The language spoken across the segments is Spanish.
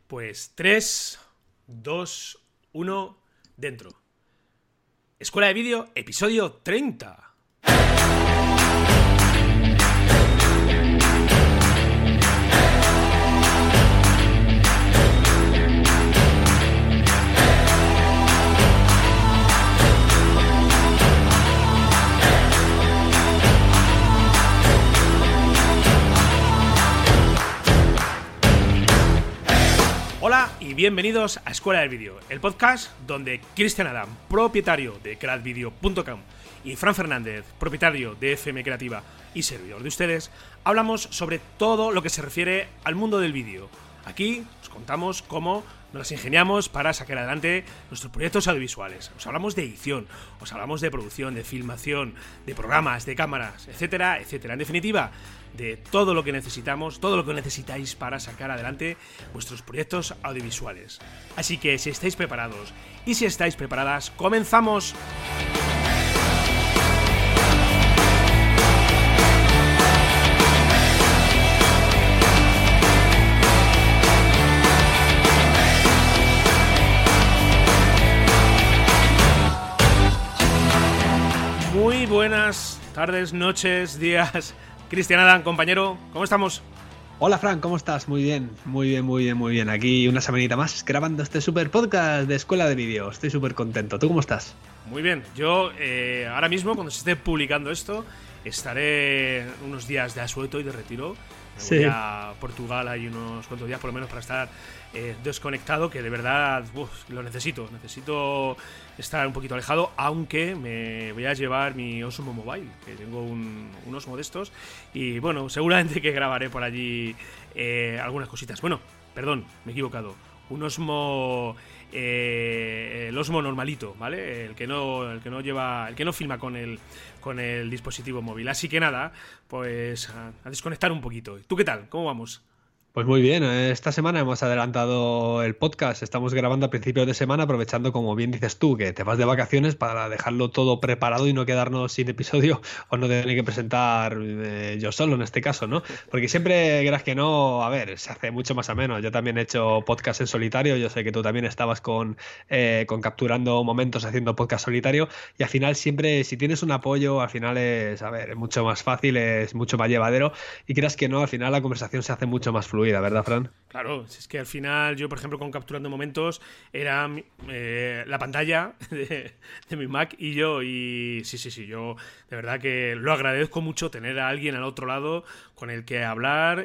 Pues 3, 2, 1, dentro. Escuela de Vídeo, episodio 30. Hola y bienvenidos a Escuela del Vídeo, el podcast donde Cristian Adam, propietario de crackvideo.com, y Fran Fernández, propietario de FM Creativa y servidor de ustedes, hablamos sobre todo lo que se refiere al mundo del vídeo. Aquí os contamos cómo nos las ingeniamos para sacar adelante nuestros proyectos audiovisuales. Os hablamos de edición, os hablamos de producción, de filmación, de programas, de cámaras, etcétera, etcétera. En definitiva, de todo lo que necesitamos, todo lo que necesitáis para sacar adelante vuestros proyectos audiovisuales. Así que si estáis preparados y si estáis preparadas, ¡comenzamos! Muy buenas tardes, noches, días. Cristian Adam, compañero, ¿cómo estamos? Hola Fran, ¿cómo estás? Muy bien, muy bien, muy bien, muy bien. Aquí una semanita más grabando este super podcast de Escuela de Vídeo. Estoy súper contento. ¿Tú cómo estás? Muy bien. Yo ahora mismo, cuando se esté publicando esto, estaré unos días de asueto y de retiro. Me voy a Portugal, hay unos cuantos días por lo menos para estar desconectado, que de verdad lo necesito. Necesito estar un poquito alejado, aunque me voy a llevar mi Osmo Mobile, que tengo un Osmo de estos, y bueno, seguramente que grabaré por allí algunas cositas. Bueno, perdón, me he equivocado. Un Osmo, el Osmo normalito, ¿vale? El que no filma con el dispositivo móvil. Así que nada, pues a desconectar un poquito. ¿Tú qué tal? ¿Cómo vamos? Pues muy bien, esta semana hemos adelantado el podcast, estamos grabando a principios de semana aprovechando, como bien dices tú, que te vas de vacaciones para dejarlo todo preparado y no quedarnos sin episodio o no tener que presentar yo solo en este caso, ¿no? Porque siempre, creas que no, a ver, se hace mucho más ameno. Yo también he hecho podcast en solitario, yo sé que tú también estabas con capturando momentos haciendo podcast solitario y al final siempre, si tienes un apoyo, al final es mucho más fácil, es mucho más llevadero y creas que no, al final la conversación se hace mucho más fluida. ¿Verdad, Fran? Claro, es que al final yo, por ejemplo, con Capturando Momentos era la pantalla de mi Mac y yo, y sí, yo de verdad que lo agradezco mucho tener a alguien al otro lado con el que hablar,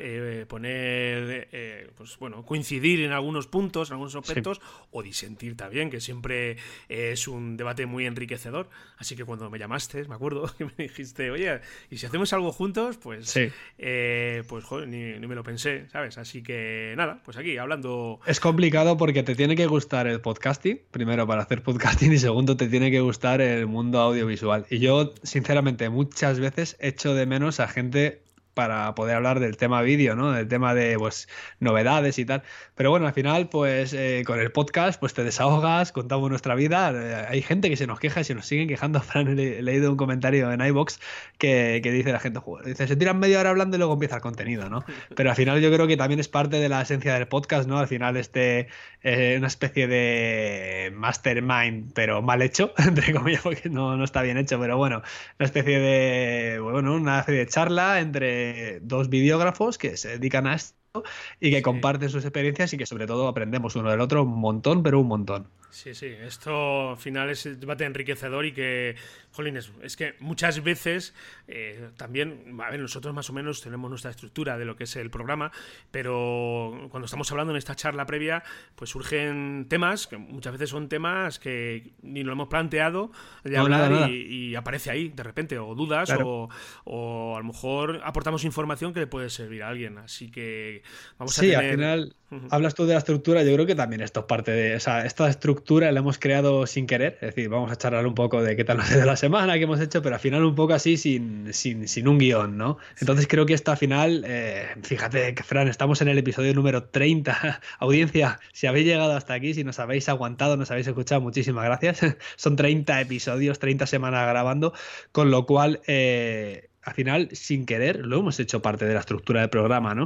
pues bueno, coincidir en algunos puntos, en algunos aspectos, sí, o disentir también, que siempre es un debate muy enriquecedor. Así que cuando me llamaste, me acuerdo que me dijiste, oye, ¿y si hacemos algo juntos? Pues, sí. Pues joder, ni me lo pensé, ¿sabes? Así que nada, pues aquí hablando. Es complicado porque te tiene que gustar el podcasting, primero para hacer podcasting, y segundo te tiene que gustar el mundo audiovisual. Y yo, sinceramente, muchas veces echo de menos a gente para poder hablar del tema vídeo, ¿no? Del tema de pues novedades y tal. Pero bueno, al final, pues con el podcast, pues te desahogas, contamos nuestra vida. Hay gente que se nos queja y se nos siguen quejando. Fran, he leído un comentario en iVoox que dice la gente, joder, dice, se tiran media hora hablando y luego empieza el contenido, ¿no? Pero al final yo creo que también es parte de la esencia del podcast, ¿no? Al final una especie de mastermind, pero mal hecho, entre comillas, porque no está bien hecho, pero bueno, una especie de charla entre dos videógrafos que se dedican a esto y que comparten sus experiencias y que sobre todo aprendemos uno del otro un montón, pero un montón. Sí, esto al final es un debate enriquecedor y que, jolines, es que muchas veces también, a ver, nosotros más o menos tenemos nuestra estructura de lo que es el programa, pero cuando estamos hablando en esta charla previa, pues surgen temas, que muchas veces son temas que ni lo hemos planteado de hablar nada. Y aparece ahí de repente, o dudas, claro, o a lo mejor aportamos información que le puede servir a alguien, así que vamos a tener... al final... Hablas tú de la estructura, yo creo que también esto es parte de... O sea, esta estructura la hemos creado sin querer, es decir, vamos a charlar un poco de qué tal nos ha ido la semana, qué hemos hecho, pero al final un poco así sin un guión, ¿no? Entonces creo que esto al final, fíjate que Fran, estamos en el episodio número 30. Audiencia, si habéis llegado hasta aquí, si nos habéis aguantado, nos habéis escuchado, muchísimas gracias. Son 30 episodios, 30 semanas grabando, con lo cual... al final, sin querer, lo hemos hecho parte de la estructura del programa, ¿no?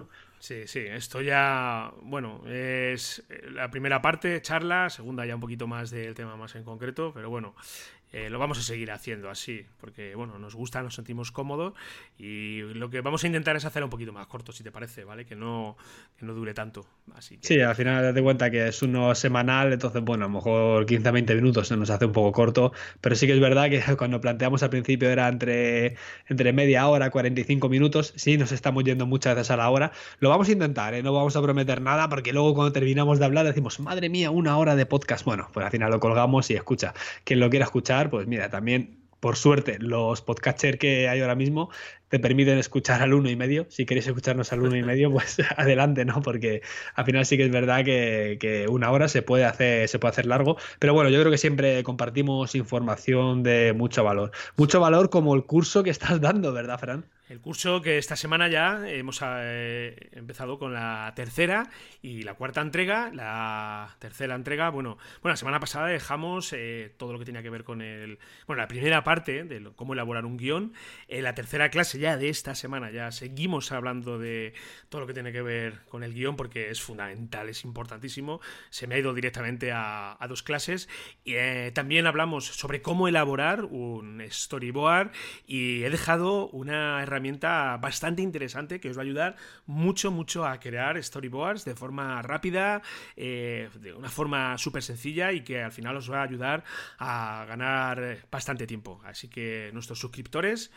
Sí, sí, esto ya, bueno, es la primera parte, charla, segunda ya un poquito más del tema más en concreto, pero bueno, lo vamos a seguir haciendo así, porque bueno, nos gusta, nos sentimos cómodos y lo que vamos a intentar es hacer un poquito más corto, si te parece, ¿vale? Que no dure tanto, así Sí, que al final date cuenta que es uno semanal, entonces, bueno, a lo mejor 15 20 minutos se nos hace un poco corto, pero sí que es verdad que cuando planteamos al principio era entre media hora, 45 minutos, sí, nos estamos yendo muchas veces a la hora. Lo vamos a intentar, ¿eh? No vamos a prometer nada, porque luego cuando terminamos de hablar decimos, madre mía, 1 hora de podcast. Bueno, pues al final lo colgamos y escucha. Quien lo quiera escuchar, pues mira, también. Por suerte, los podcatchers que hay ahora mismo te permiten escuchar al 1,5. Si queréis escucharnos al 1,5, pues adelante, ¿no? Porque al final sí que es verdad que 1 hora se puede hacer largo, pero bueno, yo creo que siempre compartimos información de mucho valor como el curso que estás dando, ¿verdad, Fran? el curso que esta semana ya hemos empezado con la tercera y la cuarta entrega. La tercera entrega, bueno, la semana pasada dejamos todo lo que tenía que ver con la primera parte de cómo elaborar un guión. En la tercera clase ya de esta semana ya seguimos hablando de todo lo que tiene que ver con el guión, porque es fundamental, es importantísimo. Se me ha ido directamente a 2 clases. Y también hablamos sobre cómo elaborar un storyboard y he dejado una herramienta bastante interesante que os va a ayudar mucho, mucho a crear storyboards de forma rápida, de una forma súper sencilla y que al final os va a ayudar a ganar bastante tiempo. Así que nuestros suscriptores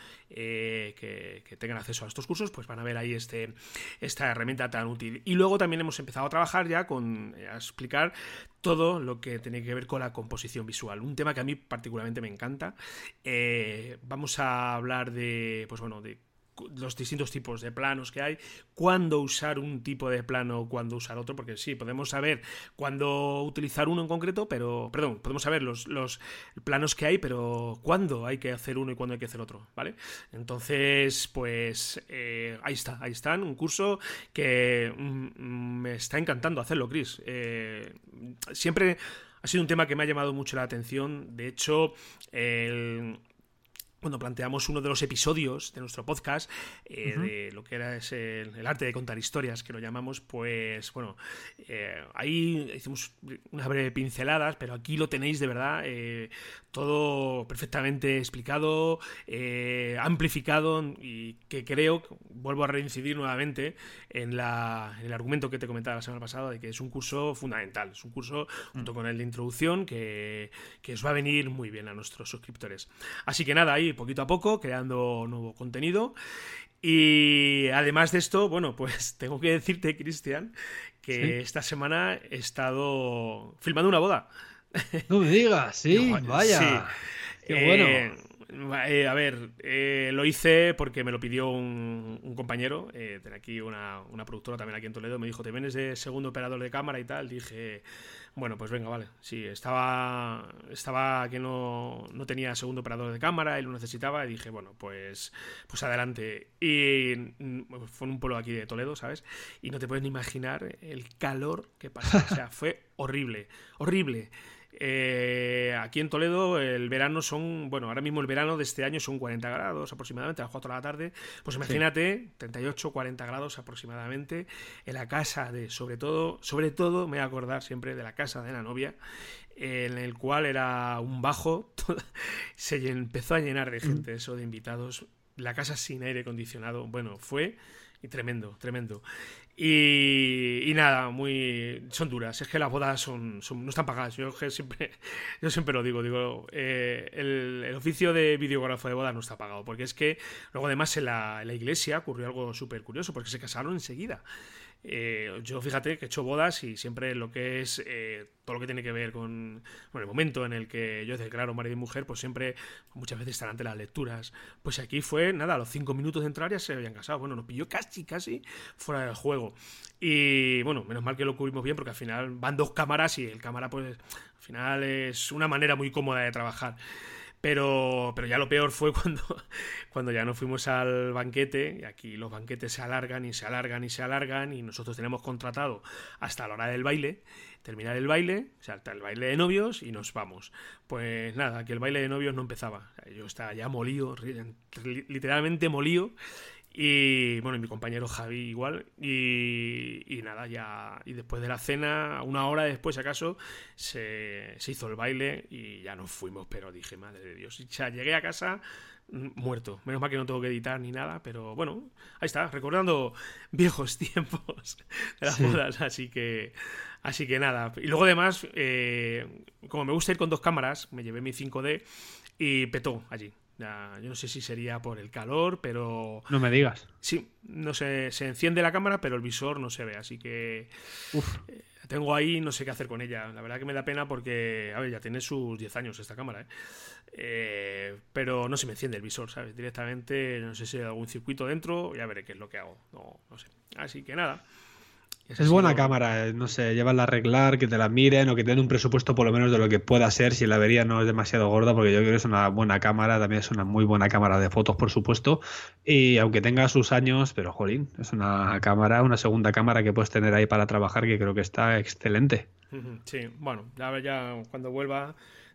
que tengan acceso a estos cursos pues van a ver ahí esta herramienta tan útil. Y luego también hemos empezado a trabajar ya a explicar todo lo que tiene que ver con la composición visual, un tema que a mí particularmente me encanta. Vamos a hablar de los distintos tipos de planos que hay, cuándo usar un tipo de plano, cuándo usar otro, porque sí, podemos saber cuándo utilizar uno en concreto, podemos saber los planos que hay, pero cuándo hay que hacer uno y cuándo hay que hacer otro, ¿vale? Entonces, pues ahí están, un curso que me está encantando hacerlo, Chris. Siempre ha sido un tema que me ha llamado mucho la atención. De hecho, cuando planteamos uno de los episodios de nuestro podcast, de lo que era el arte de contar historias, que lo llamamos, pues bueno, ahí hicimos unas breves pinceladas, pero aquí lo tenéis de verdad todo perfectamente explicado, amplificado, y que creo, vuelvo a reincidir nuevamente en el argumento que te comentaba la semana pasada, de que es un curso fundamental, es un curso junto con el de introducción que os va a venir muy bien a nuestros suscriptores. Así que nada, ahí poquito a poco creando nuevo contenido. Y además de esto, bueno, pues tengo que decirte, Cristian, que esta semana he estado filmando una boda. No me digas, sí, Sí. vaya, qué bueno. A ver, lo hice porque me lo pidió un compañero. Tiene aquí una productora también aquí en Toledo. Me dijo, ¿te vienes de segundo operador de cámara y tal? Dije, bueno, pues venga, vale. Sí, estaba que no tenía segundo operador de cámara, él lo necesitaba y dije, bueno, pues adelante. Y fue en un pueblo aquí de Toledo, ¿sabes? Y no te puedes ni imaginar el calor que pasó. O sea, fue horrible, horrible. Aquí en Toledo el verano ahora mismo el verano de este año son 40 grados aproximadamente a las 4 de la tarde, pues imagínate, 38, 40 grados aproximadamente en la casa sobre todo me voy a acordar siempre de la casa de la novia, en el cual era un bajo, se empezó a llenar de gente, eso, de invitados, la casa sin aire acondicionado, bueno, fue tremendo. Y nada, son duras. Es que las bodas no están pagadas. Yo siempre lo digo, el oficio de videógrafo de bodas no está pagado, porque es que luego además en la iglesia ocurrió algo súper curioso, porque se casaron enseguida. Yo fíjate que he hecho bodas y siempre lo que es todo lo que tiene que ver con el momento en el que yo declaro marido y mujer, pues siempre muchas veces están ante las lecturas. Pues aquí fue nada, a los 5 minutos de entrar ya se habían casado. Bueno, nos pilló casi fuera del juego. Y bueno, menos mal que lo cubrimos bien, porque al final van 2 cámaras y el cámara pues al final es una manera muy cómoda de trabajar. Pero ya lo peor fue cuando ya nos fuimos al banquete, y aquí los banquetes se alargan y se alargan y se alargan, y nosotros tenemos contratado hasta la hora del baile, terminar el baile, o sea, hasta el baile de novios, y nos vamos. Pues nada, que el baile de novios no empezaba. Yo estaba ya molido, literalmente molido, Y bueno, y mi compañero Javi igual. Y nada, ya. Y después de la cena, una hora después, acaso, se hizo el baile y ya nos fuimos. Pero dije, madre de Dios. O sea, llegué a casa muerto. Menos mal que no tengo que editar ni nada. Pero bueno, ahí está, recordando viejos tiempos de las bodas. Así que nada. Y luego además, como me gusta ir con 2 cámaras, me llevé mi 5D y petó allí. Ya, yo no sé si sería por el calor, pero... No me digas. Sí, no sé, se enciende la cámara, pero el visor no se ve, así que... tengo ahí, no sé qué hacer con ella. La verdad que me da pena porque, a ver, ya tiene sus 10 años esta cámara, pero no se me enciende el visor, ¿sabes? Directamente, no sé si hay algún circuito dentro, ya veré qué es lo que hago. No sé. Así que nada. Es buena cámara, no sé, llevarla a arreglar, que te la miren o que te den un presupuesto por lo menos de lo que pueda ser, si la avería no es demasiado gorda, porque yo creo que es una buena cámara, también es una muy buena cámara de fotos, por supuesto, y aunque tenga sus años, pero jolín, es una cámara, una segunda cámara que puedes tener ahí para trabajar que creo que está excelente. Sí, bueno, ya cuando vuelva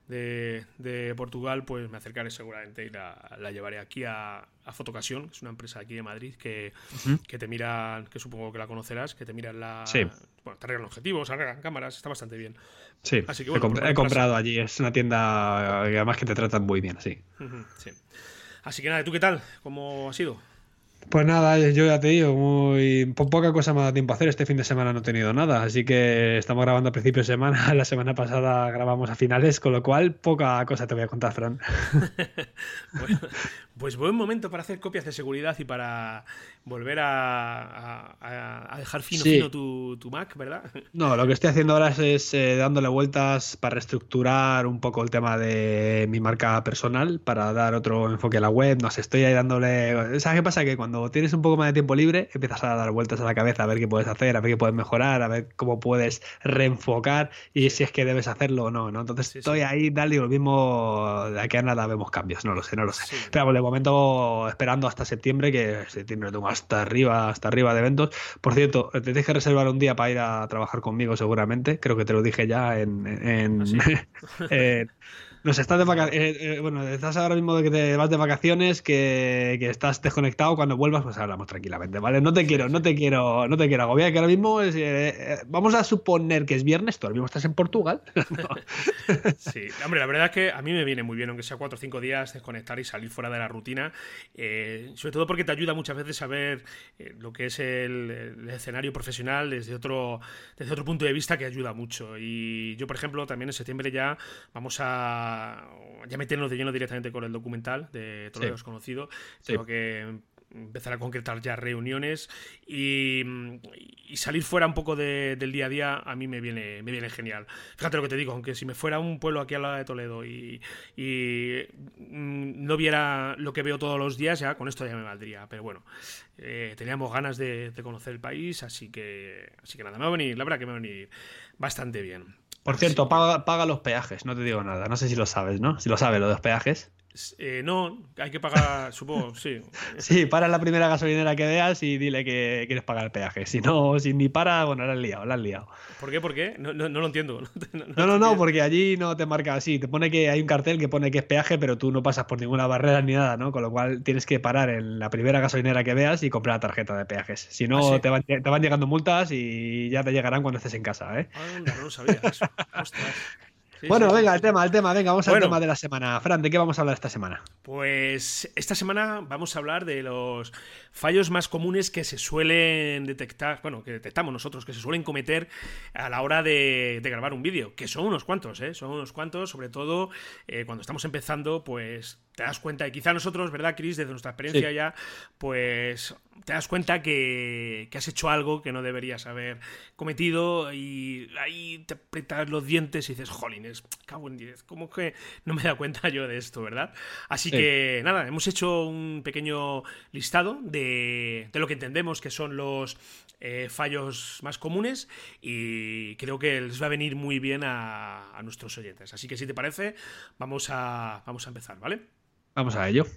de Portugal, pues me acercaré seguramente y la llevaré aquí a Fotocasión, que es una empresa aquí de Madrid que te miran, que supongo que la conocerás, que te miran bueno, te arreglan objetivos, arreglan cámaras, está bastante bien. Sí, así que, bueno, he comprado allí, es una tienda que además que te tratan muy bien, sí. Sí. Así que nada, ¿tú qué tal? ¿Cómo ha sido? Pues nada, yo ya te digo, poca cosa me ha dado tiempo a hacer. Este fin de semana no he tenido nada, así que estamos grabando a principios de semana. La semana pasada grabamos a finales, con lo cual poca cosa te voy a contar, Fran. Bueno, pues buen momento para hacer copias de seguridad y para volver a dejar fino tu Mac, ¿verdad? No, lo que estoy haciendo ahora es dándole vueltas para reestructurar un poco el tema de mi marca personal, para dar otro enfoque a la web. No sé, estoy ahí dándole... ¿Sabes qué pasa? Que cuando tienes un poco más de tiempo libre, empiezas a dar vueltas a la cabeza a ver qué puedes hacer, a ver qué puedes mejorar, a ver cómo puedes reenfocar y si es que debes hacerlo o no, ¿no? Entonces estoy ahí, dale, y lo mismo, de aquí a nada vemos cambios, no lo sé. Sí. Pero de momento esperando hasta septiembre, que septiembre tengo hasta arriba de eventos. Por cierto, te tienes que reservar un día para ir a trabajar conmigo seguramente, creo que te lo dije ya no sé, estás de bueno, estás ahora mismo de que te vas de vacaciones, que estás desconectado. Cuando vuelvas, pues hablamos tranquilamente, ¿vale? No te quiero agobiar, que ahora mismo vamos a suponer que es viernes, tú ahora mismo estás en Portugal. Sí, hombre, la verdad es que a mí me viene muy bien, aunque sea 4 o 5 días, desconectar y salir fuera de la rutina, sobre todo porque te ayuda muchas veces a ver lo que es el escenario profesional desde otro punto de vista, que ayuda mucho. Y yo, por ejemplo, también en septiembre ya vamos a meternos de lleno directamente con el documental de Toledo Desconocido. Tengo que empezar a concretar ya reuniones y salir fuera un poco del día a día. A mí me viene genial. Fíjate lo que te digo, aunque si me fuera a un pueblo aquí al lado de Toledo y no viera lo que veo todos los días, ya con esto ya me valdría. Pero bueno, teníamos ganas de conocer el país, así que nada, me va a venir, la verdad que me va a venir bastante bien. Por cierto, paga los peajes, no te digo nada. No sé si lo sabes, ¿no? Si lo sabes, lo de los peajes. No, hay que pagar, supongo, sí. Sí, para la primera gasolinera que veas y dile que quieres pagar el peaje. Si no, si ni para, bueno, la has liado. ¿Por qué? ¿Por qué? No lo entiendo. No, porque allí no te marca así. Te pone que hay un cartel que pone que es peaje, pero tú no pasas por ninguna barrera ni nada, ¿no? Con lo cual tienes que parar en la primera gasolinera que veas y comprar la tarjeta de peajes. Si no, te van llegando multas y ya te llegarán cuando estés en casa, ¿eh? Anda, no lo sabía eso. Ostras. Sí, bueno, venga, el tema, venga, vamos al tema de la semana. Fran, ¿de qué vamos a hablar esta semana? Pues esta semana vamos a hablar de los fallos más comunes que se suelen detectar, bueno, que detectamos nosotros, que se suelen cometer a la hora de grabar un vídeo, que son unos cuantos, sobre todo cuando estamos empezando, pues te das cuenta, y quizá nosotros, ¿verdad, Chris? Desde nuestra experiencia ya, pues te das cuenta que has hecho algo que no deberías haber cometido y ahí te aprietas los dientes y dices, jolines, cago en 10, ¿cómo que no me he dado cuenta yo de esto, verdad? Así que nada, hemos hecho un pequeño listado de lo que entendemos que son los fallos más comunes y creo que les va a venir muy bien a nuestros oyentes. Así que si te parece, vamos a empezar, ¿vale? Vamos a ello.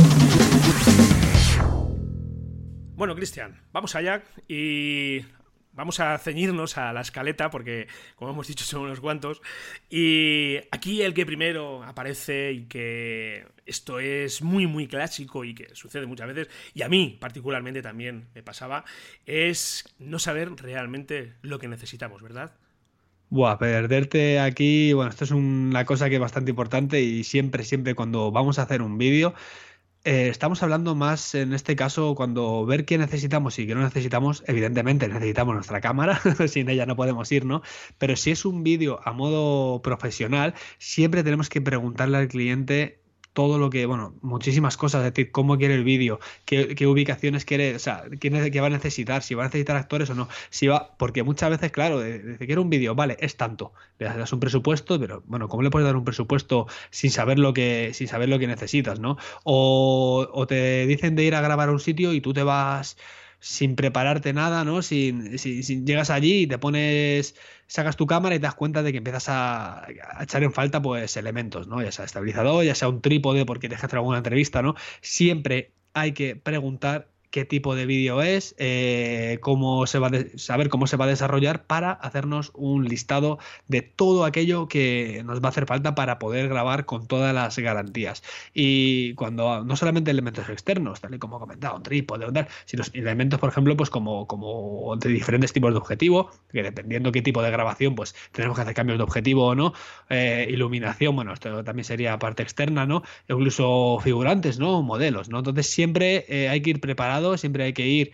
Bueno, Cristian, vamos allá y vamos a ceñirnos a la escaleta porque, como hemos dicho, son unos cuantos. Y aquí el que primero aparece y que esto es muy, muy clásico y que sucede muchas veces, y a mí particularmente también me pasaba, es no saber realmente lo que necesitamos, ¿verdad? Buah, perderte aquí, bueno, esto es una cosa que es bastante importante y siempre, siempre cuando vamos a hacer un vídeo, estamos hablando más en este caso cuando ver qué necesitamos y qué no necesitamos, evidentemente necesitamos nuestra cámara, sin ella no podemos ir, ¿no? Pero si es un vídeo a modo profesional, siempre tenemos que preguntarle al cliente todo lo que, bueno, muchísimas cosas, es decir, cómo quiere el vídeo, qué ubicaciones quiere, o sea, qué va a necesitar, si va a necesitar actores o no, si va, porque muchas veces, claro, dice, quiero un vídeo, vale, es tanto, le das un presupuesto, pero bueno, ¿cómo le puedes dar un presupuesto sin saber lo que necesitas, ¿no? O te dicen de ir a grabar a un sitio y tú te vas sin prepararte nada, ¿no? Sin llegas allí y te pones, sacas tu cámara y te das cuenta de que empiezas a echar en falta pues elementos, ¿no? Ya sea estabilizador, ya sea un trípode porque tienes que hacer alguna entrevista, ¿no? Siempre hay que preguntar qué tipo de vídeo es, cómo se va saber cómo se va a desarrollar para hacernos un listado de todo aquello que nos va a hacer falta para poder grabar con todas las garantías. Y cuando no solamente elementos externos, tal y como he comentado, un trípode o tal, sino elementos, por ejemplo, pues como de diferentes tipos de objetivo, que dependiendo qué tipo de grabación, pues tenemos que hacer cambios de objetivo o no, iluminación, bueno, esto también sería parte externa, ¿no? Incluso figurantes, ¿no? Modelos, ¿no? Entonces siempre hay que ir preparado, siempre hay que ir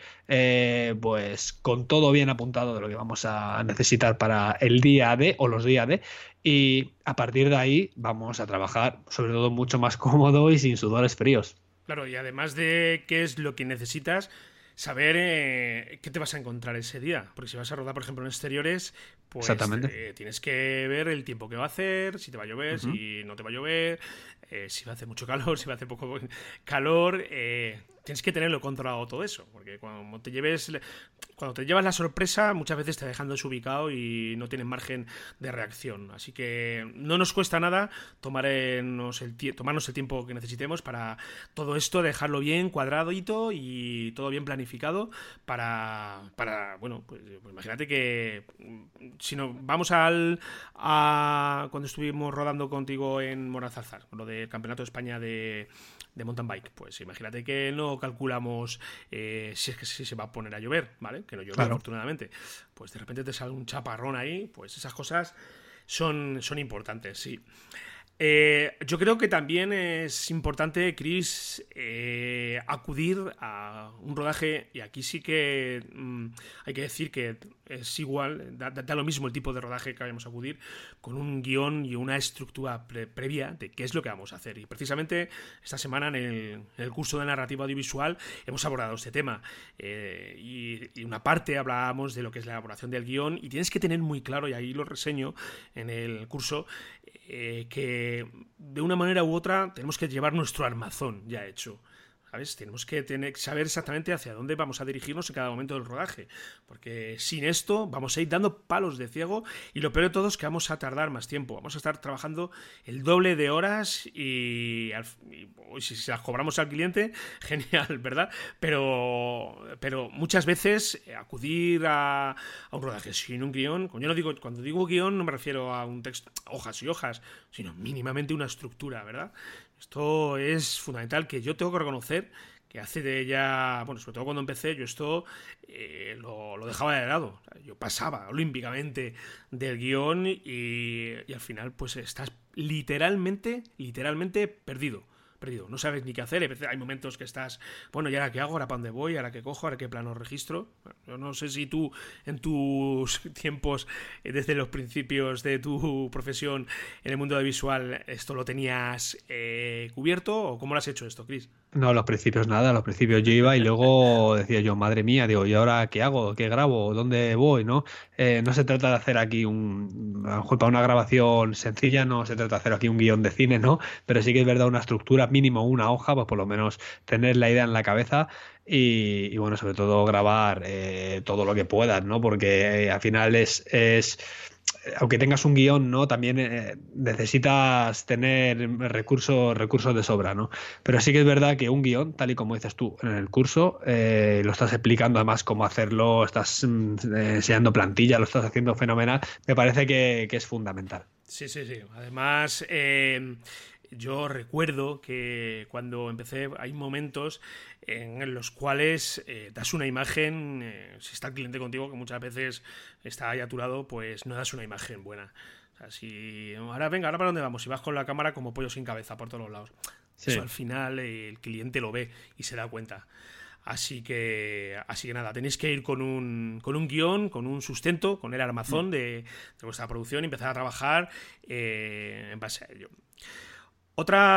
pues con todo bien apuntado de lo que vamos a necesitar para el día D o los días D, y a partir de ahí vamos a trabajar sobre todo mucho más cómodo y sin sudores fríos. Claro, y además de qué es lo que necesitas, saber qué te vas a encontrar ese día. Porque si vas a rodar, por ejemplo, en exteriores, pues tienes que ver el tiempo que va a hacer, si te va a llover, si no te va a llover, si va a hacer mucho calor, si va a hacer poco calor. Tienes que tenerlo controlado todo eso, porque cuando te llevas la sorpresa, muchas veces te dejan desubicado y no tienes margen de reacción. Así que no nos cuesta nada tomarnos el tiempo que necesitemos para todo esto, dejarlo bien cuadradito y todo bien planificado para bueno, pues imagínate que si no vamos cuando estuvimos rodando contigo en Morazalzar, lo del Campeonato de España de mountain bike, pues imagínate que no calculamos si es que si se va a poner a llover, ¿vale? Que no llueve, claro, afortunadamente. Pues de repente te sale un chaparrón ahí, pues esas cosas son importantes, sí. Yo creo que también es importante, Chris, acudir a un rodaje, y aquí sí que hay que decir que es igual, da lo mismo el tipo de rodaje que vayamos a acudir, con un guión y una estructura previa de qué es lo que vamos a hacer. Y precisamente esta semana en el curso de narrativa audiovisual hemos abordado este tema, y una parte hablábamos de lo que es la elaboración del guión, y tienes que tener muy claro, y ahí lo reseño en el curso, que de una manera u otra tenemos que llevar nuestro armazón ya hecho, ¿sabes? Tenemos que saber exactamente hacia dónde vamos a dirigirnos en cada momento del rodaje, porque sin esto vamos a ir dando palos de ciego, y lo peor de todo es que vamos a tardar más tiempo, vamos a estar trabajando el doble de horas y si se las cobramos al cliente, genial, ¿verdad? Pero muchas veces acudir a un rodaje sin un guión, cuando digo guión no me refiero a un texto, hojas y hojas, sino mínimamente una estructura, ¿verdad? Esto es fundamental, que yo tengo que reconocer que hace de ya, bueno, sobre todo cuando empecé, yo esto lo dejaba de lado. O sea, yo pasaba olímpicamente del guión y al final pues estás literalmente perdido. No sabes ni qué hacer. Hay momentos que estás, bueno, ¿y ahora qué hago? ¿Ahora para dónde voy? ¿Ahora qué cojo? ¿Ahora qué plano registro? Bueno, yo no sé si tú en tus tiempos, desde los principios de tu profesión en el mundo audiovisual, esto lo tenías cubierto, o cómo lo has hecho esto, Chris. No, los principios nada, los principios yo iba y luego decía yo, madre mía, digo, ¿y ahora qué hago? ¿Qué grabo? ¿Dónde voy? ¿No? No se trata de hacer aquí a lo mejor para una grabación sencilla, no se trata de hacer aquí un guión de cine, ¿no? Pero sí que es verdad, una estructura, mínimo una hoja, pues por lo menos tener la idea en la cabeza y bueno, sobre todo grabar todo lo que puedas, ¿no? Porque al final es aunque tengas un guión, ¿no? También necesitas tener recursos de sobra, ¿no? Pero sí que es verdad que un guión, tal y como dices tú en el curso, lo estás explicando además cómo hacerlo, estás enseñando plantilla, lo estás haciendo fenomenal, me parece que es fundamental. Sí, sí, sí. Además, yo recuerdo que cuando empecé hay momentos en los cuales das una imagen, si está el cliente contigo, que muchas veces está ahí a tu lado, pues no das una imagen buena. O sea, si ahora venga, ahora para dónde vamos, si vas con la cámara como pollo sin cabeza por todos los lados. Sí. Eso al final el cliente lo ve y se da cuenta. Así que nada, tenéis que ir con un guión, con un sustento, con el armazón de vuestra producción y empezar a trabajar en base a ello. Otra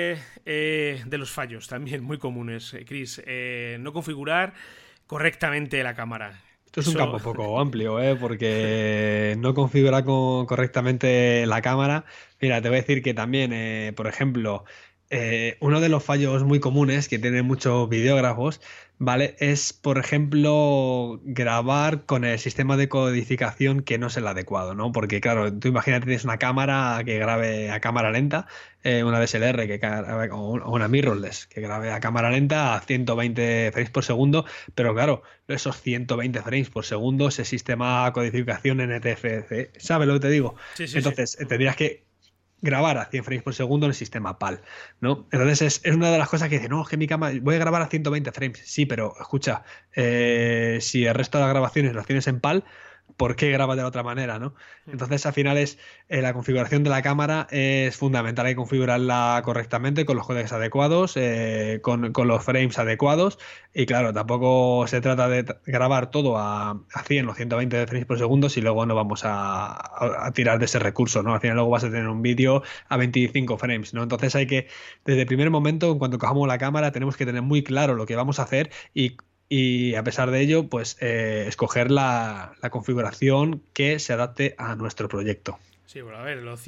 de los fallos también muy comunes, Chris, no configurar correctamente la cámara. Esto es un campo un poco amplio, ¿eh? Porque no configura correctamente la cámara. Mira, te voy a decir que también, por ejemplo, uno de los fallos muy comunes que tienen muchos videógrafos, ¿vale? Es, por ejemplo, grabar con el sistema de codificación que no es el adecuado, ¿no? Porque, claro, tú imagínate tienes una cámara que grabe a cámara lenta, una DSLR o una mirrorless que grabe a cámara lenta a 120 frames por segundo, pero claro, esos 120 frames por segundo, ese sistema de codificación NTFC, ¿sabes lo que te digo? Sí, sí, Entonces, tendrías que grabar a 100 frames por segundo en el sistema PAL, ¿no? Entonces es una de las cosas que dice, no, es que mi cámara, voy a grabar a 120 frames. Sí, pero escucha, si el resto de las grabaciones las tienes en PAL, ¿por qué grabas de la otra manera, no? Entonces, al final la configuración de la cámara es fundamental. Hay que configurarla correctamente con los códecs adecuados, con los frames adecuados. Y claro, tampoco se trata de grabar todo a 100 o 120 frames por segundo si luego no vamos a tirar de ese recurso, ¿no? Al final luego vas a tener un vídeo a 25 frames, ¿no? Entonces hay que, desde el primer momento, en cuanto cojamos la cámara, tenemos que tener muy claro lo que vamos a hacer y a pesar de ello, pues escoger la configuración que se adapte a nuestro proyecto. Sí, bueno, a ver, los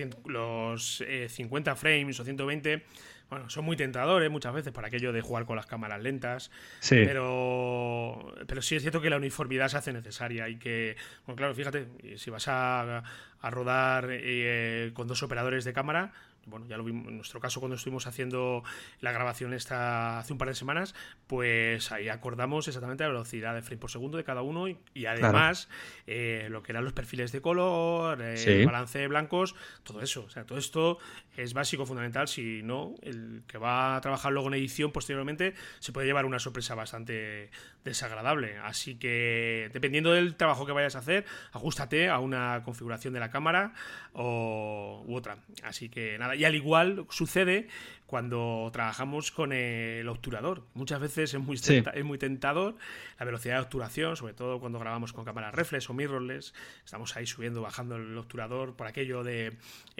50 frames o 120, bueno, son muy tentadores muchas veces para aquello de jugar con las cámaras lentas, Sí. pero sí es cierto que la uniformidad se hace necesaria y que, bueno, claro, fíjate, si vas a rodar con dos operadores de cámara, bueno, ya lo vimos en nuestro caso cuando estuvimos haciendo la grabación esta hace un par de semanas, pues ahí acordamos exactamente la velocidad de frame por segundo de cada uno y además lo que eran los perfiles de color, el balance de blancos, todo eso. O sea, todo esto es básico, fundamental. Si no, el que va a trabajar luego en edición posteriormente se puede llevar una sorpresa bastante desagradable. Así que dependiendo del trabajo que vayas a hacer, ajustate a una configuración de la cámara u otra. Así que nada, y al igual sucede cuando trabajamos con el obturador. Muchas veces es muy tentador la velocidad de obturación, sobre todo cuando grabamos con cámaras reflex o mirrorless. Estamos ahí subiendo, bajando el obturador por aquello de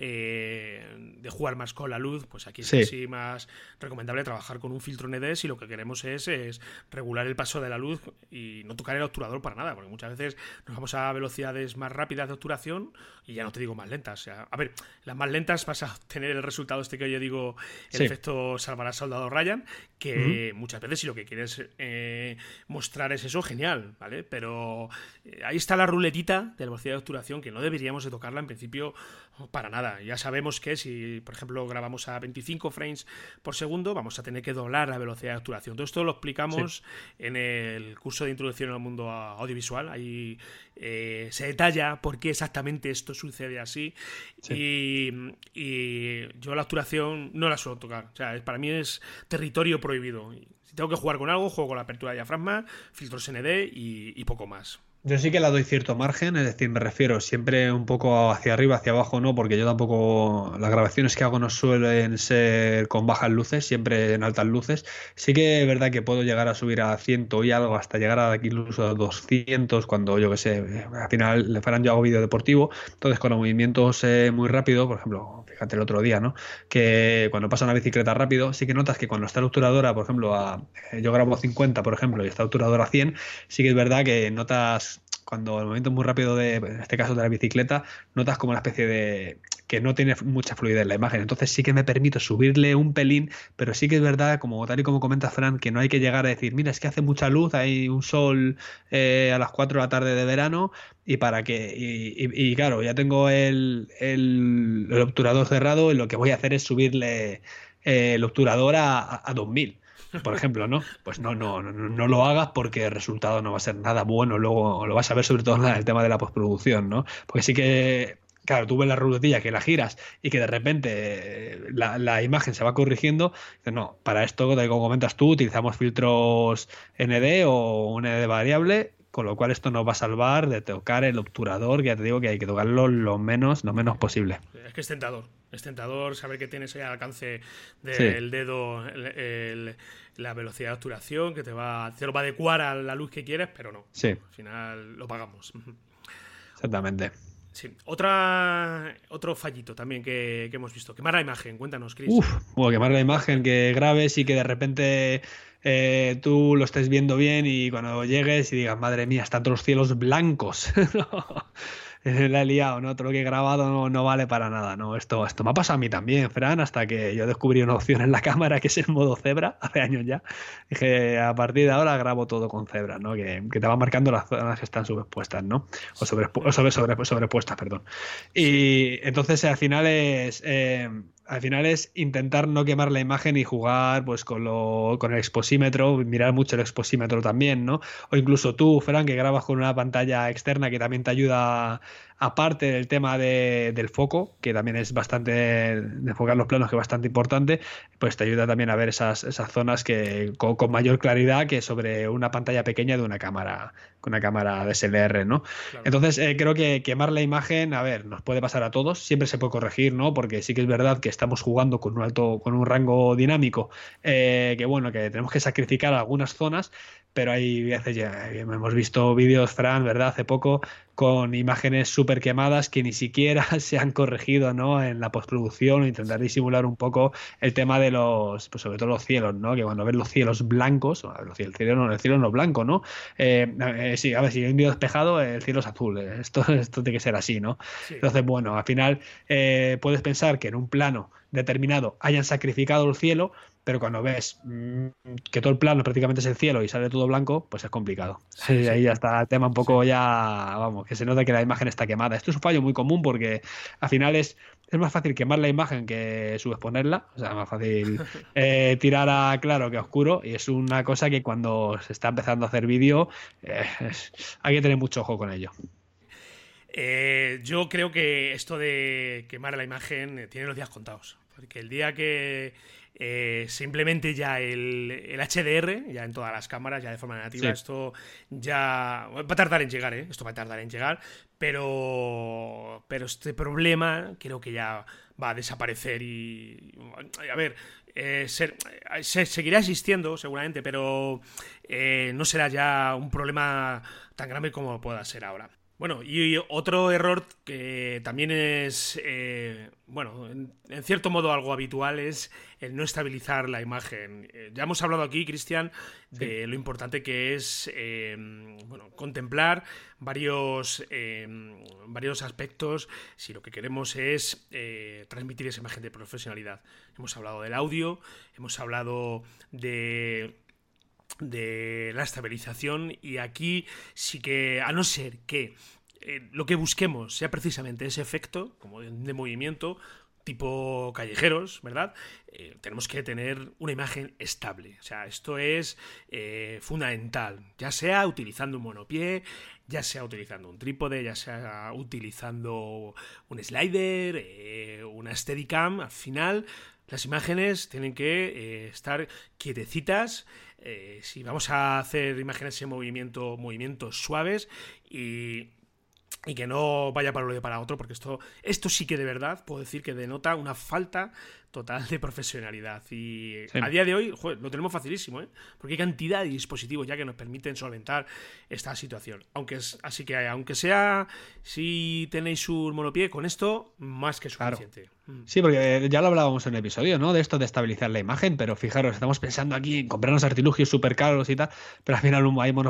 jugar más con la luz. Pues aquí es así más recomendable trabajar con un filtro ND si lo que queremos es regular el paso de la luz y no tocar el obturador para nada, porque muchas veces nos vamos a velocidades más rápidas de obturación y ya no te digo más lentas. O sea, a ver, las más lentas vas a obtener el resultado que yo digo, el efecto salvará soldado Ryan, que muchas veces si lo que quieres mostrar es eso, genial, ¿vale? Pero ahí está la ruletita de la velocidad de obturación que no deberíamos de tocarla en principio para nada. Ya sabemos que si, por ejemplo, grabamos a 25 frames por segundo, vamos a tener que doblar la velocidad de obturación. Todo esto lo explicamos en el curso de introducción al mundo audiovisual. Ahí se detalla por qué exactamente esto sucede así. Y yo la obturación no la suelo tocar. O sea, para mí es territorio prohibido. Si tengo que jugar con algo, juego con la apertura de diafragma, filtros ND y poco más. Yo sí que la doy cierto margen, es decir, me refiero siempre un poco hacia arriba, hacia abajo, no, porque yo tampoco, las grabaciones que hago no suelen ser con bajas luces, siempre en altas luces. Sí que es verdad que puedo llegar a subir a 100 y algo, hasta llegar a incluso a 200 cuando, yo que sé, al final yo hago vídeo deportivo, entonces con los movimientos muy rápido, por ejemplo, fíjate el otro día, ¿no? Que cuando pasa una bicicleta rápido, sí que notas que cuando está la obturadora, por ejemplo, yo grabo 50, por ejemplo, y está la obturadora a 100, sí que es verdad que notas cuando el movimiento es muy rápido en este caso de la bicicleta, notas como una especie de que no tiene mucha fluidez en la imagen. Entonces sí que me permito subirle un pelín, pero sí que es verdad, como tal y como comenta Fran, que no hay que llegar a decir, mira, es que hace mucha luz, hay un sol a las 4 de la tarde de verano, y para que y claro, ya tengo el obturador cerrado, y lo que voy a hacer es subirle el obturador a 2000. Por ejemplo, ¿no? Pues no lo hagas, porque el resultado no va a ser nada bueno. Luego lo vas a ver, sobre todo en el tema de la postproducción, ¿no? Porque sí que, claro, tú ves la ruletilla que la giras y que de repente la imagen se va corrigiendo. Dices, no, para esto, como comentas tú, utilizamos filtros ND o un ND variable, con lo cual esto nos va a salvar de tocar el obturador, que ya te digo que hay que tocarlo lo menos posible. Es que es tentador saber que tienes ahí al alcance del dedo la velocidad de obturación, que te lo va a adecuar a la luz que quieres, pero no. Sí. Al final lo pagamos. Exactamente. Sí. Otro fallito también que hemos visto. Quemar la imagen. Cuéntanos, Chris. Quemar la imagen, que grabes y que de repente tú lo estés viendo bien, y cuando llegues y digas, madre mía, están todos los cielos blancos. La he liado, ¿no? Todo lo que he grabado no vale para nada, ¿no? Esto me ha pasado a mí también, Fran, hasta que yo descubrí una opción en la cámara que es el modo cebra, hace años ya. Dije, a partir de ahora grabo todo con cebra, ¿no? Que te va marcando las zonas que están sobrepuestas, ¿no? O sobrepuestas, perdón. Y entonces al final es intentar no quemar la imagen y jugar pues con el exposímetro, mirar mucho el exposímetro también, ¿no? O incluso tú, Fran, que grabas con una pantalla externa, que también te ayuda, aparte del tema del foco, que también es bastante, de enfocar los planos, que es bastante importante, pues te ayuda también a ver esas zonas que con mayor claridad que sobre una pantalla pequeña de una cámara, con una cámara DSLR, ¿no? Claro. Entonces creo que quemar la imagen, a ver, nos puede pasar a todos, siempre se puede corregir, ¿no? Porque sí que es verdad que estamos jugando con un rango dinámico, que bueno, que tenemos que sacrificar algunas zonas, pero hay veces, ya hemos visto vídeos, Fran, ¿verdad? Hace poco, con imágenes súper quemadas que ni siquiera se han corregido, ¿no? En la postproducción, o intentar disimular un poco el tema de pues sobre todo los cielos, ¿no? Que cuando ves los cielos blancos, el cielo no es blanco, ¿no? Sí, a ver, si hay un día despejado, el cielo es azul. Esto tiene que ser así, ¿no? Sí. Entonces, bueno, al final puedes pensar que en un plano determinado hayan sacrificado el cielo, pero cuando ves que todo el plano prácticamente es el cielo y sale todo blanco, pues es complicado. Sí. Ahí ya está el tema un poco ya, vamos, que se nota que la imagen está quemada. Esto es un fallo muy común, porque al final es más fácil quemar la imagen que subexponerla. O sea, más fácil tirar a claro que a oscuro, y es una cosa que cuando se está empezando a hacer vídeo hay que tener mucho ojo con ello. Yo creo que esto de quemar la imagen tiene los días contados, porque el día que simplemente ya el HDR, ya en todas las cámaras, ya de forma nativa, sí. Esto ya va a tardar en llegar, esto va a tardar en llegar, pero este problema creo que ya va a desaparecer y, a ver, seguirá existiendo seguramente, pero no será ya un problema tan grave como pueda ser ahora. Bueno, y otro error que también es, bueno, en cierto modo algo habitual, es el no estabilizar la imagen. Ya hemos hablado aquí, Cristian, de lo importante que es bueno, contemplar varios aspectos si lo que queremos es transmitir esa imagen de profesionalidad. Hemos hablado del audio, hemos hablado de la estabilización, y aquí sí que, a no ser que lo que busquemos sea precisamente ese efecto como de movimiento tipo callejeros, ¿verdad? Tenemos que tener una imagen estable. O sea, esto es fundamental, ya sea utilizando un monopié, ya sea utilizando un trípode, ya sea utilizando un slider, una Steadicam. Al final las imágenes tienen que estar quietecitas. Si vamos a hacer imágenes en movimiento, movimientos suaves y que no vaya para un lado y para otro, porque esto sí que de verdad puedo decir que denota una falta total de profesionalidad. Y sí, a día de hoy, joder, lo tenemos facilísimo, porque hay cantidad de dispositivos ya que nos permiten solventar esta situación. Así que aunque sea, si tenéis un monopié, con esto más que suficiente. Claro. Sí, porque ya lo hablábamos en el episodio, ¿no? De esto de estabilizar la imagen, pero fijaros, estamos pensando aquí en comprarnos artilugios súper caros y tal, pero al final hay monopiés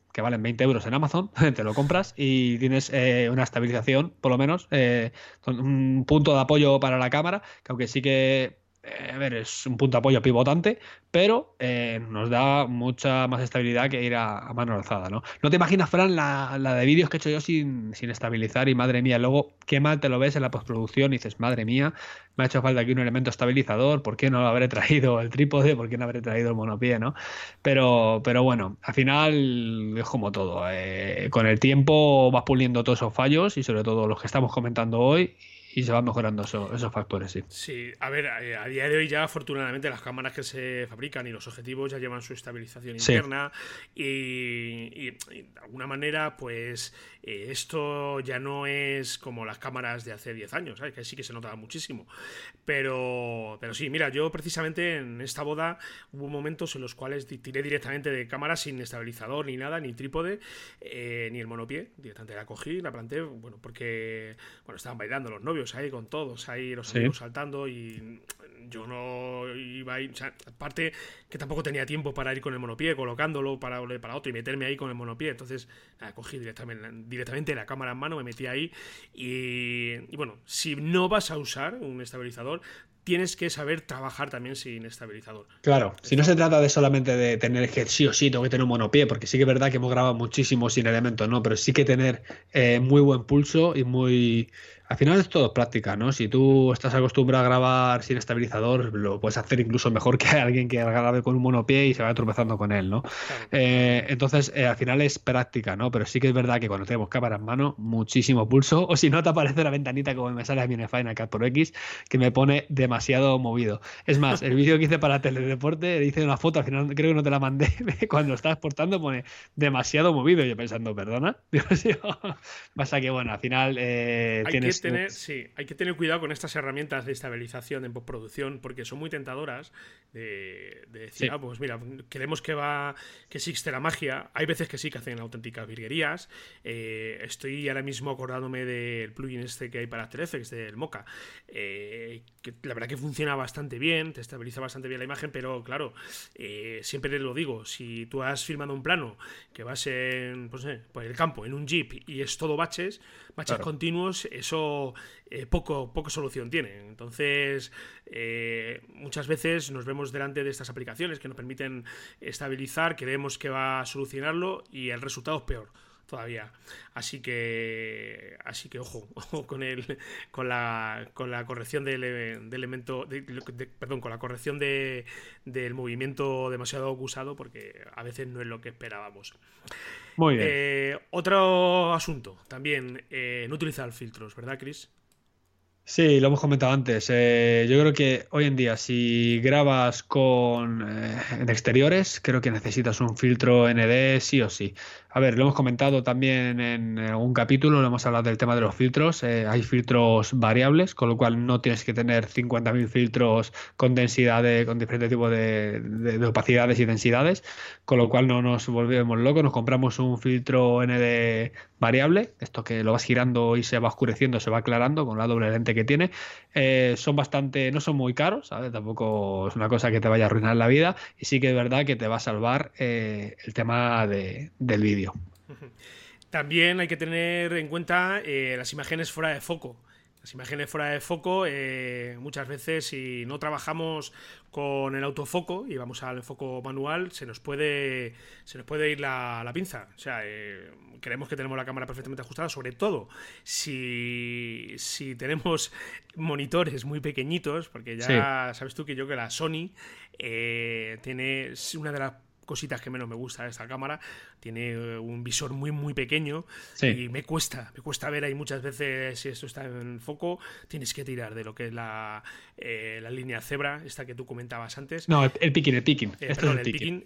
que valen 20 euros en Amazon, te lo compras y tienes una estabilización, por lo menos, con un punto de apoyo para la cámara, que aunque sí que, a ver, es un punto de apoyo pivotante, pero nos da mucha más estabilidad que ir a mano alzada, ¿no? No te imaginas, Fran, la de vídeos que he hecho yo sin estabilizar y madre mía, luego qué mal te lo ves en la postproducción y dices, madre mía, me ha hecho falta aquí un elemento estabilizador, ¿por qué no habré traído el trípode? ¿Por qué no habré traído el monopié, ¿no? Pero bueno, al final es como todo. Con el tiempo vas puliendo todos esos fallos y sobre todo los que estamos comentando hoy y se van mejorando esos factores, sí. Sí, a ver, a día de hoy ya afortunadamente las cámaras que se fabrican y los objetivos ya llevan su estabilización interna y de alguna manera pues esto ya no es como las cámaras de hace 10 años, ¿sabes? Que sí que se notaba muchísimo, pero sí, mira, yo precisamente en esta boda hubo momentos en los cuales tiré directamente de cámara sin estabilizador ni nada, ni trípode, ni el monopié, directamente la cogí, la planté, bueno, porque estaban bailando los novios ahí con todos, ahí los amigos saltando y yo no iba a ir, o sea, aparte que tampoco tenía tiempo para ir con el monopié, colocándolo para otro y meterme ahí con el monopié, entonces cogí directamente la cámara en mano, me metí ahí y bueno, si no vas a usar un estabilizador, tienes que saber trabajar también sin estabilizador. Claro, si no se trata de solamente de tener que sí o sí tengo que tener un monopié, porque sí que es verdad que hemos grabado muchísimo sin elementos, ¿no? Pero sí que tener muy buen pulso y muy... Al final es todo práctica, ¿no? Si tú estás acostumbrado a grabar sin estabilizador, lo puedes hacer incluso mejor que alguien que grabe con un monopié y se va tropezando con él, ¿no? Claro. Entonces, al final es práctica, ¿no? Pero sí que es verdad que cuando tenemos cámara en mano, muchísimo pulso, o si no te aparece la ventanita como me sale a mí en el Final Cut Pro X, que me pone demasiado movido. Es más, el vídeo que hice para Teledeporte, hice una foto, al final creo que no te la mandé, cuando estaba exportando pone demasiado movido, yo pensando, perdona, pasa que bueno, al final tienes... hay que tener cuidado con estas herramientas de estabilización en postproducción porque son muy tentadoras de decir, pues mira, queremos que existe la magia. Hay veces que sí que hacen auténticas virguerías. Estoy ahora mismo acordándome del plugin este que hay para After Effects, del Mocha, que la verdad que funciona bastante bien, te estabiliza bastante bien la imagen, pero claro, siempre lo digo, si tú has filmado un plano que vas por el campo, en un jeep y es todo baches claro, continuos, eso poco solución tiene. Entonces muchas veces nos vemos delante de estas aplicaciones que nos permiten estabilizar, creemos que va a solucionarlo y el resultado es peor todavía. Así que ojo con la corrección del elemento con la corrección del movimiento demasiado acusado, porque a veces no es lo que esperábamos. Muy bien. Otro asunto también, no utilizar filtros, ¿verdad, Chris? Sí, lo hemos comentado antes. Yo creo que hoy en día si grabas en exteriores, creo que necesitas un filtro ND sí o sí. A ver, lo hemos comentado también en algún capítulo, lo hemos hablado del tema de los filtros. Hay filtros variables, con lo cual no tienes que tener 50.000 filtros con densidades, con diferentes tipos de opacidades y densidades, con lo cual no nos volvemos locos. Nos compramos un filtro ND variable, esto que lo vas girando y se va oscureciendo, se va aclarando con la doble lente que tiene. No son muy caros, ¿sabes? Tampoco es una cosa que te vaya a arruinar la vida, y sí que es verdad que te va a salvar el tema del vídeo. También hay que tener en cuenta las imágenes fuera de foco. Las imágenes fuera de foco, muchas veces si no trabajamos con el autofoco y vamos al enfoco manual, se nos puede ir la pinza. O sea, creemos que tenemos la cámara perfectamente ajustada, sobre todo si tenemos monitores muy pequeñitos, porque ya sabes tú que la Sony tiene una de las cositas que menos me gusta de esta cámara, tiene un visor muy muy pequeño y me cuesta ver ahí muchas veces si esto está en foco, tienes que tirar de lo que es la línea cebra, esta que tú comentabas antes. No, el picking. Perdón, el picking.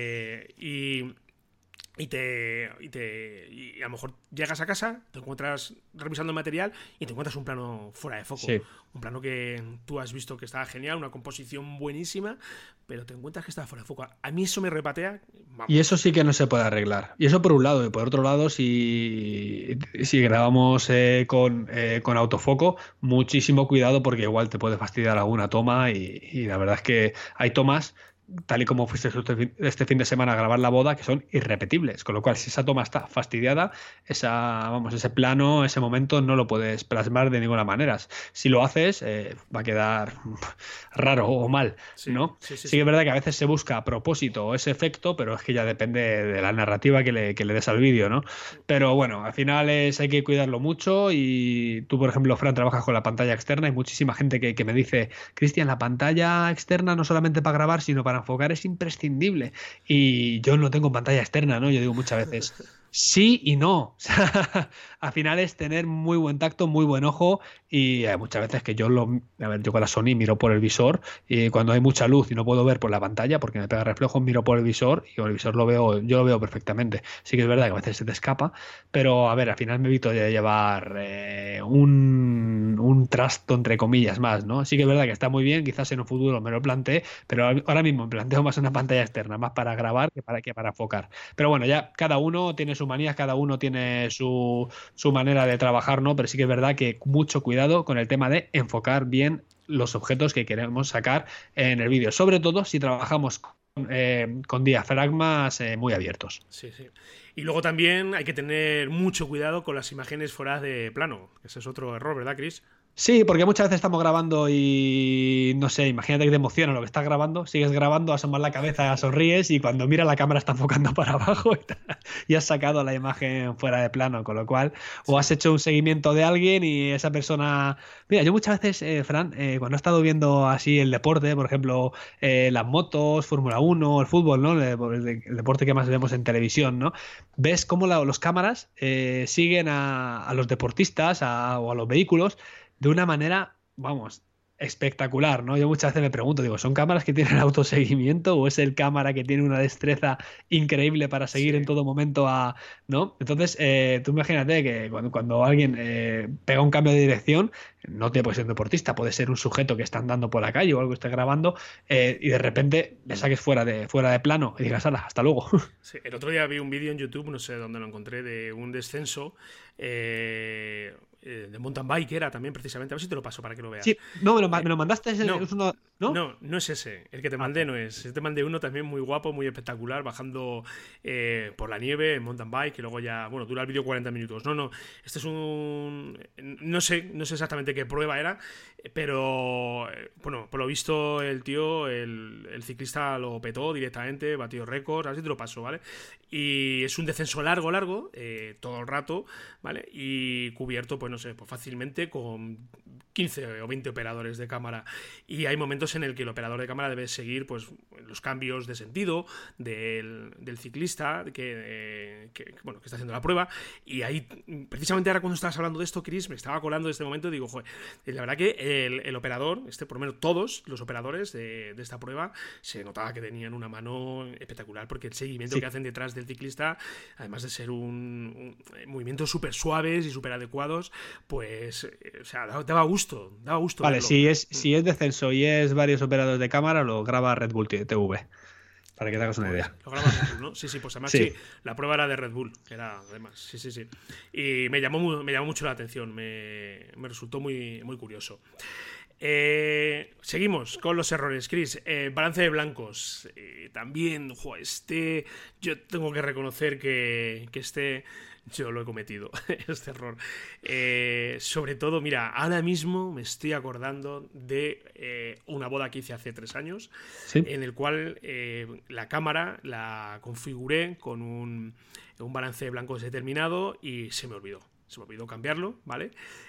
Y a lo mejor llegas a casa, te encuentras revisando el material y te encuentras un plano fuera de foco. Un plano que tú has visto que estaba genial, una composición buenísima, pero te encuentras que está fuera de foco. A mí eso me repatea. Vamos. Y eso sí que no se puede arreglar. Y eso por un lado. Y por otro lado, si grabamos con autofoco, muchísimo cuidado, porque igual te puede fastidiar alguna toma y la verdad es que hay tomas tal y como fuiste este fin de semana a grabar la boda, que son irrepetibles. Con lo cual, si esa toma está fastidiada, ese plano, ese momento, no lo puedes plasmar de ninguna manera. Si lo haces, va a quedar raro o mal, ¿no? Sí que es verdad que a veces se busca a propósito ese efecto, pero es que ya depende de la narrativa que le des al vídeo, ¿no? Pero bueno, al final hay que cuidarlo mucho y tú, por ejemplo, Fran, trabajas con la pantalla externa. Hay muchísima gente que me dice, Cristian, la pantalla externa no solamente para grabar, sino para enfocar es imprescindible. Y yo no tengo pantalla externa, ¿no? Yo digo muchas veces sí y no. O sea, al final es tener muy buen tacto, muy buen ojo y hay muchas veces que yo yo con la Sony miro por el visor y cuando hay mucha luz y no puedo ver por la pantalla porque me pega reflejos, miro por el visor y con el visor yo lo veo perfectamente. Sí que es verdad que a veces se te escapa, pero a ver, al final me evito de llevar un trasto entre comillas más, ¿no? Sí que es verdad que está muy bien, quizás en un futuro me lo planteé, pero ahora mismo me planteo más una pantalla externa, más para grabar que para enfocar. Pero bueno, ya cada uno tiene sus manías, cada uno tiene su manera de trabajar, ¿no? Pero sí que es verdad que mucho cuidado con el tema de enfocar bien los objetos que queremos sacar en el vídeo, sobre todo si trabajamos con diafragmas muy abiertos. Sí, sí. Y luego también hay que tener mucho cuidado con las imágenes fuera de plano. Ese es otro error, ¿verdad, Chris? Sí, porque muchas veces estamos grabando y no sé, imagínate que te emociona lo que estás grabando, sigues grabando, asomas la cabeza, sonríes y cuando miras la cámara está enfocando para abajo y has sacado la imagen fuera de plano, con lo cual, o has hecho un seguimiento de alguien y esa persona... Mira, yo muchas veces, Fran, cuando he estado viendo así el deporte, por ejemplo, las motos, Fórmula 1, el fútbol, ¿no? El deporte que más vemos en televisión, ¿no? Ves cómo los cámaras siguen a los deportistas o a los vehículos de una manera, vamos, espectacular, ¿no? Yo muchas veces me pregunto, digo, ¿son cámaras que tienen autoseguimiento o es el cámara que tiene una destreza increíble para seguir en todo momento ¿no? Entonces, tú imagínate que cuando alguien pega un cambio de dirección, no te puede ser un deportista, puede ser un sujeto que está andando por la calle o algo que esté grabando y de repente le saques fuera de plano y digas, hala, hasta luego. Sí, el otro día vi un vídeo en YouTube, no sé dónde lo encontré, de un descenso de mountain bike era también precisamente, a ver si te lo paso para que lo veas. Sí, no, me lo mandaste, no es ese, el que te mandé no es. Yo te mandé uno también muy guapo, muy espectacular, bajando por la nieve en mountain bike y luego ya, bueno, dura el vídeo 40 minutos. No, este es no sé exactamente qué prueba era, pero bueno, por lo visto el tío, el ciclista lo petó directamente, batió récords, a ver si te lo paso, ¿vale? Y es un descenso largo, todo el rato, ¿vale? Y cubierto, pues no sé, pues fácilmente con 15 o 20 operadores de cámara. Y hay momentos en el que el operador de cámara debe seguir pues los cambios de sentido del ciclista que está haciendo la prueba. Y ahí, precisamente ahora cuando estabas hablando de esto, Chris, me estaba colando de este momento y digo, joder, la verdad que el operador, por lo menos todos los operadores de esta prueba, se notaba que tenían una mano espectacular, porque el seguimiento que hacen detrás del ciclista, además de ser un movimientos súper suaves y súper adecuados, pues, o sea, daba gusto. Vale, verlo. si es descenso y es varios operadores de cámara, lo graba Red Bull TV, para que te hagas una idea. Lo graba Red Bull, ¿no? Sí, pues además sí, la prueba era de Red Bull, era además, sí. Y me llamó mucho la atención, me resultó muy, muy curioso. Seguimos con los errores, Chris. Balance de blancos. También, yo tengo que reconocer que yo lo he cometido, este error. Sobre todo, mira, ahora mismo me estoy acordando de una boda que hice hace 3 años, en el cual la cámara la configuré con un balance de blancos determinado y se me olvidó cambiarlo, ¿vale?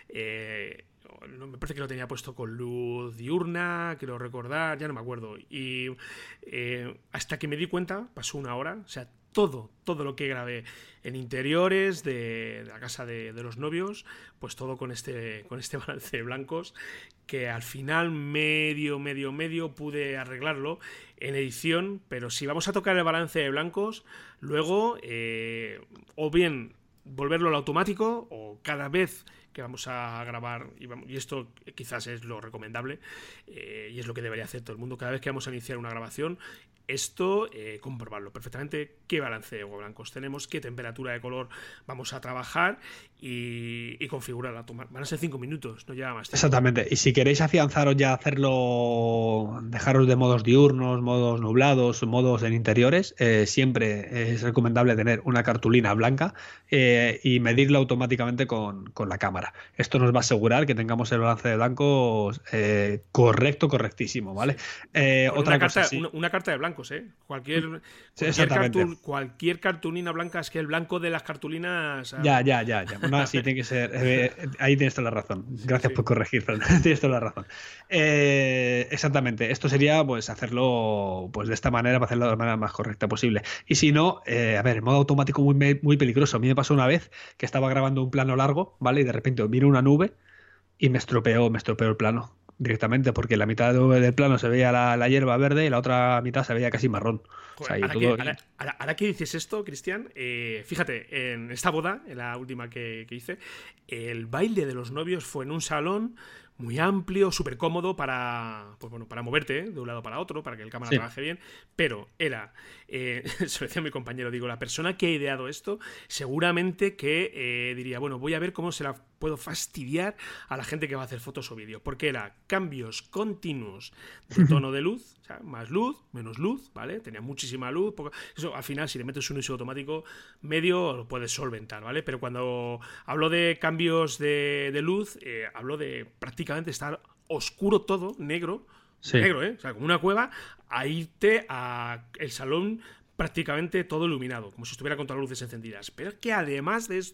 Me parece que lo tenía puesto con luz diurna, quiero recordar, ya no me acuerdo. Y hasta que me di cuenta, pasó 1 hora, o sea, todo lo que grabé en interiores de la casa de los novios, pues todo con este balance de blancos, que al final medio pude arreglarlo en edición, pero si vamos a tocar el balance de blancos, luego o bien volverlo al automático o cada vez que vamos a grabar, y esto quizás es lo recomendable y es lo que debería hacer todo el mundo, cada vez que vamos a iniciar una grabación, esto, comprobarlo perfectamente, qué balance de blancos tenemos, qué temperatura de color vamos a trabajar y configurarla. Van a ser 5 minutos, no lleva más tiempo. Exactamente. Y si queréis afianzaros ya, hacerlo, dejaros de modos diurnos, modos nublados, modos en interiores, siempre es recomendable tener una cartulina blanca y medirlo automáticamente con la cámara. Esto nos va a asegurar que tengamos el balance de blancos correctísimo, ¿vale? Otra cosa, sí. Una carta de blancos, ¿eh? Sí, exactamente. Cualquier cartulina blanca, es que el blanco de las cartulinas... Ya. No, sí, tiene que ser. Ahí tienes toda la razón. Gracias por corregir, Fernando. Tienes toda la razón. Exactamente. Esto sería, pues, hacerlo pues de esta manera, para hacerlo de la manera más correcta posible. Y si no, a ver, en modo automático muy peligroso. A mí me pasó una vez que estaba grabando un plano largo, ¿vale? Y de repente vino una nube y me estropeó el plano directamente, porque la mitad del plano se veía la hierba verde y la otra mitad se veía casi marrón. Joder, ahora que dices esto, Cristian, fíjate, en esta boda, en la última que hice, el baile de los novios fue en un salón muy amplio, súper cómodo para moverte de un lado para otro, para que el cámara trabaje bien, pero era, se lo decía a mi compañero, digo, la persona que ha ideado esto seguramente que diría, bueno, voy a ver cómo se la puedo fastidiar a la gente que va a hacer fotos o vídeos, porque era cambios continuos de tono de luz, o sea, más luz, menos luz, ¿vale? Tenía muchísima luz, eso al final si le metes un ISO automático medio lo puedes solventar, ¿vale? Pero cuando hablo de cambios de luz, hablo de prácticamente estar oscuro todo, negro, negro, o sea, como una cueva, a irte a el salón prácticamente todo iluminado, como si estuviera con todas las luces encendidas. Pero es que además de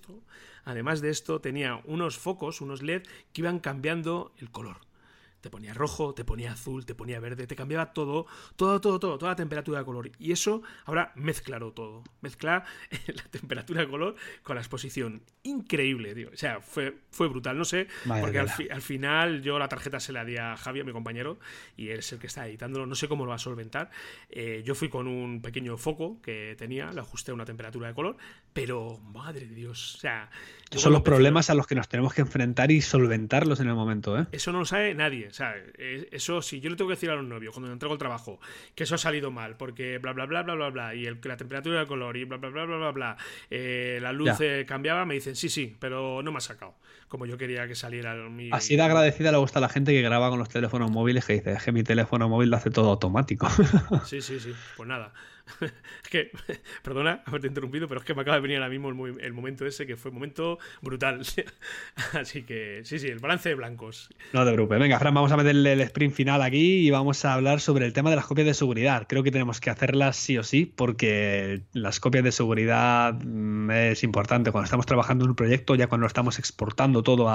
esto, tenía unos focos, unos LED que iban cambiando el color. Te ponía rojo, te ponía azul, te ponía verde, te cambiaba toda la temperatura de color. Y eso ahora mezclado todo. Mezcla la temperatura de color con la exposición. Increíble, tío. O sea, fue brutal. No sé, porque al final yo la tarjeta se la di a Javi, a mi compañero, y él es el que está editándolo. No sé cómo lo va a solventar. Yo fui con un pequeño foco que tenía, le ajusté a una temperatura de color, pero madre de Dios. O sea, son los problemas a los que nos tenemos que enfrentar y solventarlos en el momento, ¿eh? Eso no lo sabe nadie. O sea, eso si yo le tengo que decir a los novios cuando le entrego el trabajo que eso ha salido mal porque bla bla bla bla bla bla y la temperatura del color y bla bla bla bla bla bla la luz cambiaba, me dicen sí, pero no me ha sacado como yo quería que saliera mi... Así de agradecida le gusta a la gente que graba con los teléfonos móviles, que dice, es que mi teléfono móvil lo hace todo automático. Sí, pues nada. Es que, perdona haberte interrumpido, pero es que me acaba de venir ahora mismo el momento ese, que fue un momento brutal. Así que, sí, el balance de blancos. No te preocupes. Venga, Fran, vamos a meterle el sprint final aquí y vamos a hablar sobre el tema de las copias de seguridad. Creo que tenemos que hacerlas sí o sí, porque las copias de seguridad es importante cuando estamos trabajando en un proyecto, ya cuando estamos exportando todo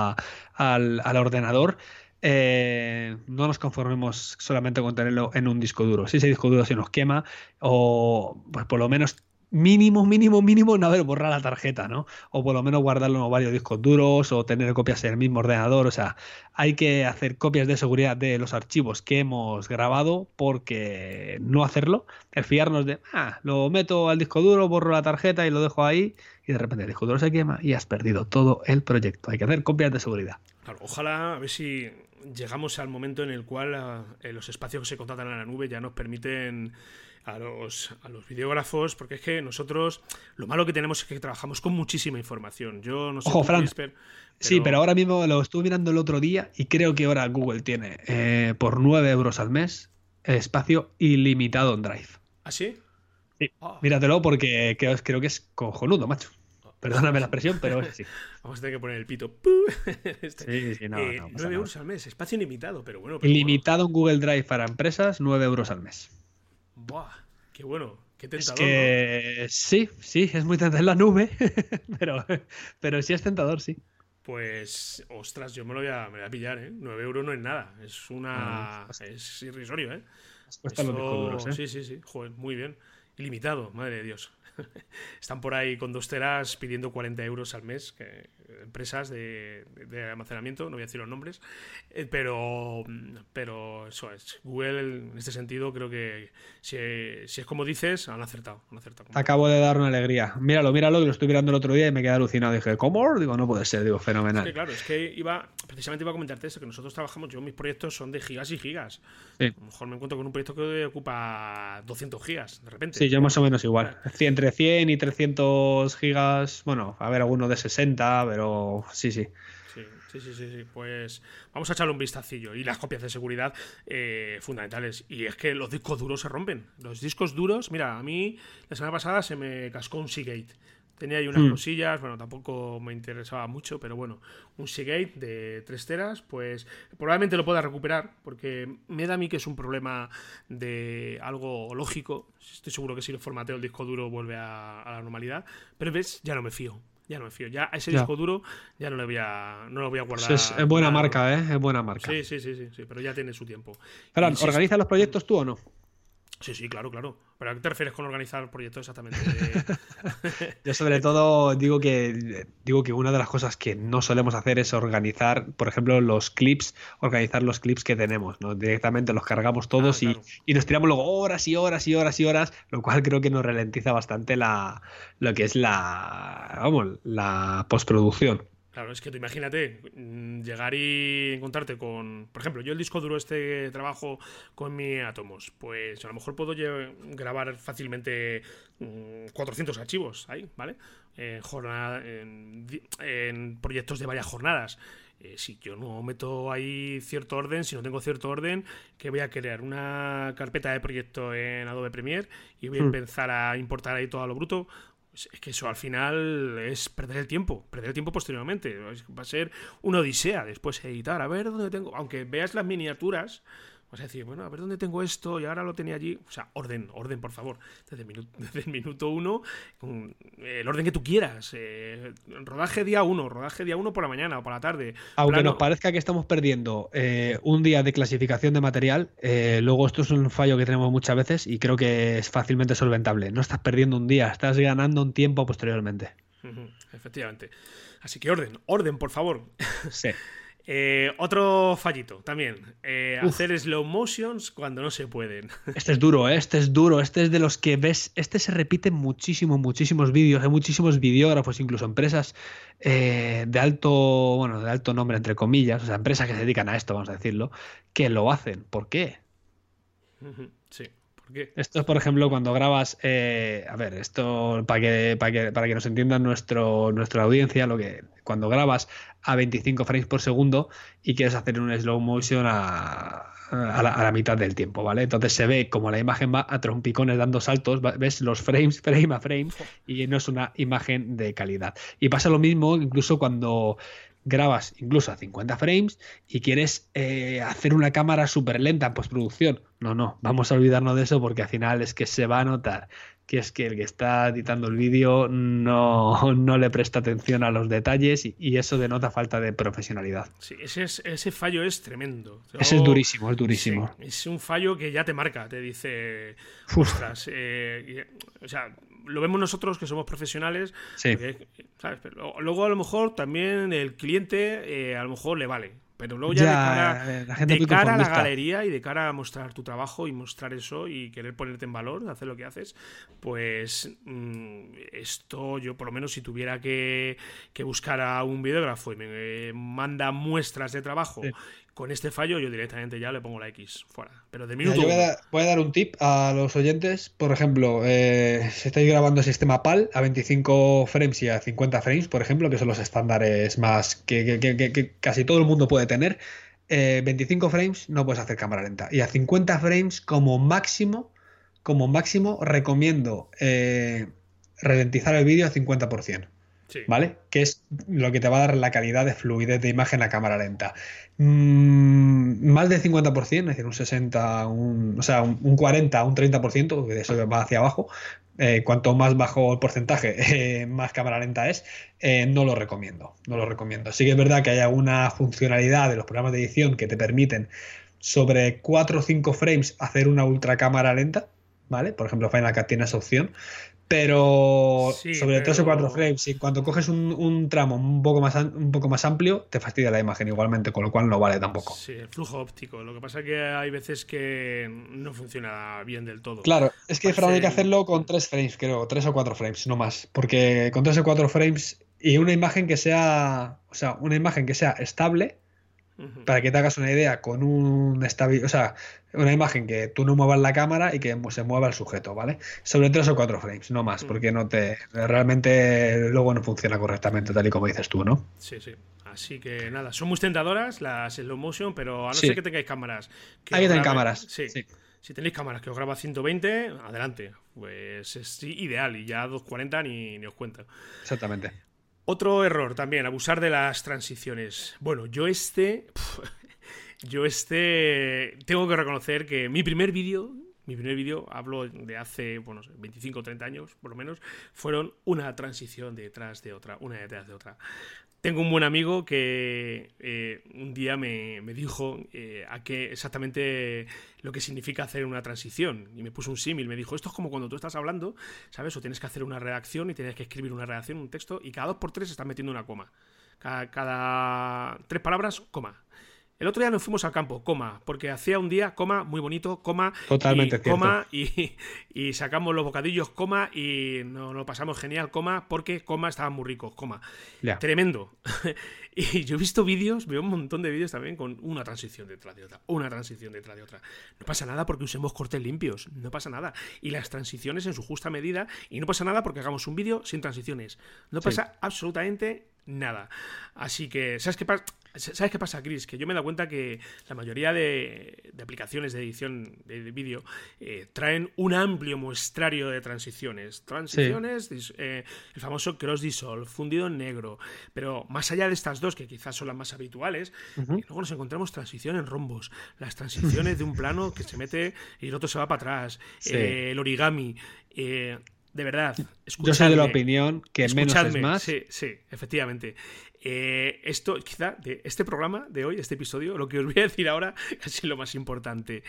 al ordenador. No nos conformemos solamente con tenerlo en un disco duro. Si ese disco duro se nos quema, o pues por lo menos mínimo no haber borrado la tarjeta, ¿no? O por lo menos guardarlo en varios discos duros o tener copias en el mismo ordenador. O sea, hay que hacer copias de seguridad de los archivos que hemos grabado, porque no hacerlo, el fiarnos de, lo meto al disco duro, borro la tarjeta y lo dejo ahí, y de repente el disco duro se quema y has perdido todo el proyecto. Hay que hacer copias de seguridad. Claro, ojalá a ver si llegamos al momento en el cual los espacios que se contratan en la nube ya nos permiten a los videógrafos, porque es que nosotros lo malo que tenemos es que trabajamos con muchísima información. Yo no sé. Ojo, Fran. Sí, pero ahora mismo lo estuve mirando el otro día y creo que ahora Google tiene por 9 euros al mes espacio ilimitado en Drive. ¿Ah, sí? Sí. Míratelo porque creo que es cojonudo, macho. Perdóname la expresión, pero es así. Vamos a tener que poner el pito. Sí, no. 9 euros al mes, espacio ilimitado, pero bueno. Ilimitado en Google Drive para empresas, 9 euros al mes. Buah, qué bueno, qué tentador. Es que ¿no? Sí, es muy tentador en la nube, pero sí es tentador, sí. Pues, ostras, yo me lo voy a pillar, ¿eh? 9 euros no es nada, es irrisorio, ¿eh? Cuesta los discos duros, ¿eh? Sí, joder, muy bien. Ilimitado, madre de Dios. están por ahí con 2 teras pidiendo 40 euros al mes, empresas de almacenamiento, no voy a decir los nombres, pero eso es. Google, en este sentido, creo que si es como dices, han acertado. Acabo de dar una alegría. Míralo, que lo estoy mirando el otro día y me quedé alucinado. Dije, ¿cómo? Digo, no puede ser, fenomenal. Es que claro, precisamente iba a comentarte eso, que nosotros trabajamos, mis proyectos son de gigas y gigas. Sí. A lo mejor me encuentro con un proyecto que ocupa 200 gigas, de repente. Sí, yo más o menos igual. Entre 100 y 300 gigas, bueno, a ver, alguno de 60, pero sí. Sí. Pues vamos a echarle un vistacillo. Y las copias de seguridad fundamentales. Y es que los discos duros se rompen. Los discos duros, mira, a mí la semana pasada se me cascó un Seagate. Tenía ahí unas cosillas, bueno, tampoco me interesaba mucho, pero bueno, un Seagate de 3 teras, pues probablemente lo pueda recuperar, porque me da a mí que es un problema de algo lógico. Estoy seguro que si lo formateo el disco duro vuelve a la normalidad, pero ves, ya no me fío. Ya a ese disco duro ya no lo voy a guardar. Es buena marca, ¿eh? Es buena marca. Sí, pero ya tiene su tiempo. Fran, ¿organizas los proyectos tú o no? Sí, claro. ¿Pero a qué te refieres con organizar proyectos exactamente? Yo sobre todo digo que una de las cosas que no solemos hacer es organizar, por ejemplo, organizar los clips que tenemos, ¿no? Directamente los cargamos todos claro. y nos tiramos luego horas y horas, lo cual creo que nos ralentiza bastante lo que es la postproducción. Claro, es que tú imagínate llegar y encontrarte con... Por ejemplo, yo el disco duro trabajo con mi Atomos. Pues a lo mejor puedo grabar fácilmente 400 archivos ahí, ¿vale? En proyectos de varias jornadas. Si yo no meto ahí cierto orden, si no tengo cierto orden, que voy a crear una carpeta de proyecto en Adobe Premiere y voy a empezar a importar ahí todo a lo bruto. Es que eso al final es perder el tiempo posteriormente. Va a ser una odisea después editar, a ver dónde tengo. Aunque veas las miniaturas, vas a decir, bueno, a ver dónde tengo esto y ahora lo tenía allí. O sea, orden, por favor. Desde el minuto 1, el orden que tú quieras. Rodaje día 1 por la mañana o por la tarde. Aunque nos parezca que estamos perdiendo un día de clasificación de material, luego esto es un fallo que tenemos muchas veces y creo que es fácilmente solventable. No estás perdiendo un día, estás ganando un tiempo posteriormente. Efectivamente. Así que orden, por favor. Sí. Otro fallito también, hacer slow motions cuando no se pueden. Este es duro, este es de los que ves, se repite muchísimos vídeos, hay muchísimos videógrafos, incluso empresas de alto nombre entre comillas, o sea, empresas que se dedican a esto, vamos a decirlo, que lo hacen. ¿Por qué? Sí. ¿Por qué? Esto es, por ejemplo, cuando grabas, a ver, esto para que nos entiendan nuestra audiencia, cuando grabas a 25 frames por segundo y quieres hacer un slow motion a la mitad del tiempo, ¿vale? Entonces se ve como la imagen va a trompicones dando saltos, ves los frames, frame a frame, y no es una imagen de calidad. Y pasa lo mismo incluso cuando grabas incluso a 50 frames y quieres hacer una cámara súper lenta en postproducción. No, vamos a olvidarnos de eso porque al final es que se va a notar que es que el que está editando el vídeo no le presta atención a los detalles y eso denota falta de profesionalidad. Sí, ese fallo es tremendo. Ese es durísimo. Sí, es un fallo que ya te marca, te dice, ostras, o sea, lo vemos nosotros que somos profesionales, sí. Porque, ¿sabes? Pero luego a lo mejor también el cliente a lo mejor le vale. Pero luego ya de cara a la galería y de cara a mostrar tu trabajo y mostrar eso y querer ponerte en valor, hacer lo que haces, pues esto yo por lo menos si tuviera que buscar a un videógrafo y me manda muestras de trabajo con este fallo, yo directamente ya le pongo la X fuera. Pero de minuto voy a dar un tip a los oyentes. Por ejemplo, si estáis grabando el sistema PAL a 25 frames y a 50 frames, por ejemplo, que son los estándares más que casi todo el mundo puede tener, 25 frames no puedes hacer cámara lenta. Y a 50 frames como máximo recomiendo ralentizar el vídeo a 50%. Sí. ¿Vale? Que es lo que te va a dar la calidad de fluidez de imagen a cámara lenta. Más del 50%, es decir, un 60, un 40, un 30%, que de eso va hacia abajo. Cuanto más bajo el porcentaje, más cámara lenta es. No lo recomiendo. Sí que es verdad que hay alguna funcionalidad de los programas de edición que te permiten sobre 4 o 5 frames hacer una ultra cámara lenta, ¿vale? Por ejemplo, Final Cut tiene esa opción. pero Sí, sobre 3 o 4 frames, y cuando coges un tramo un poco más amplio, te fastidia la imagen igualmente, con lo cual no vale tampoco. Sí, el flujo óptico. Lo que pasa es que hay veces que no funciona bien del todo. Claro, es que Fran, hay que Parecen... hacerlo con 3 frames, creo, 3 o 4 frames, no más, porque con 3 o 4 frames y una imagen que sea, o sea, una imagen que sea estable. Ujú. Para que te hagas una idea, con o sea, una imagen que tú no muevas la cámara y que se mueva el sujeto, ¿vale? Sobre 3 o 4 frames, no más, Mm. porque realmente luego no funciona correctamente, tal y como dices tú, ¿no? Sí, sí. Así que nada, son muy tentadoras las slow motion, pero a no ser Sí, que tengáis cámaras que hay os que tener graben. cámaras, Sí. sí, Si tenéis cámaras que os graba 120, adelante. Pues es ideal y ya 240 ni os cuento. exactamente. Otro error también, abusar de las transiciones. Bueno, yo tengo que reconocer que mi primer vídeo, hablo de hace, bueno, 25 o 30 años, por lo menos, fueron una transición detrás de otra, una detrás de otra. Tengo un buen amigo que un día me dijo a qué exactamente lo que significa hacer una transición. Y me puso un símil, me dijo, esto es como cuando tú estás hablando, ¿sabes? O tienes que hacer una redacción y tienes que escribir una redacción, un texto, y cada 2 por 3 estás metiendo una coma. Cada 3 palabras, coma. El otro día nos fuimos al campo, coma, porque hacía un día, coma, muy bonito, Totalmente cierto. y sacamos los bocadillos, coma, y nos lo pasamos genial, coma, porque, coma, estaban muy ricos, coma. Ya. Tremendo. Y yo he visto vídeos, veo un montón de vídeos también con una transición detrás de otra, una transición detrás de otra. No pasa nada porque usemos cortes limpios, no pasa nada. Y las transiciones en su justa medida, y no pasa nada porque hagamos un vídeo sin transiciones. No Sí. pasa absolutamente nada. Así que, ¿sabes qué pasa? ¿Sabes qué pasa, Chris? Que yo me he dado cuenta que la mayoría de aplicaciones de edición de vídeo traen un amplio muestrario de transiciones. Sí. Transiciones, el famoso cross dissolve, fundido en negro. Pero más allá de estas dos, que quizás son las más habituales, Ujú. luego nos encontramos transiciones en rombos. Las transiciones de un plano que se mete y el otro se va para atrás. Sí. El origami. De verdad, Yo soy de la escuchadme. opinión que menos es Escuchadme, más. sí, sí, efectivamente. Esto, quizá, de este programa de hoy, este episodio, lo que os voy a decir ahora, casi lo más importante.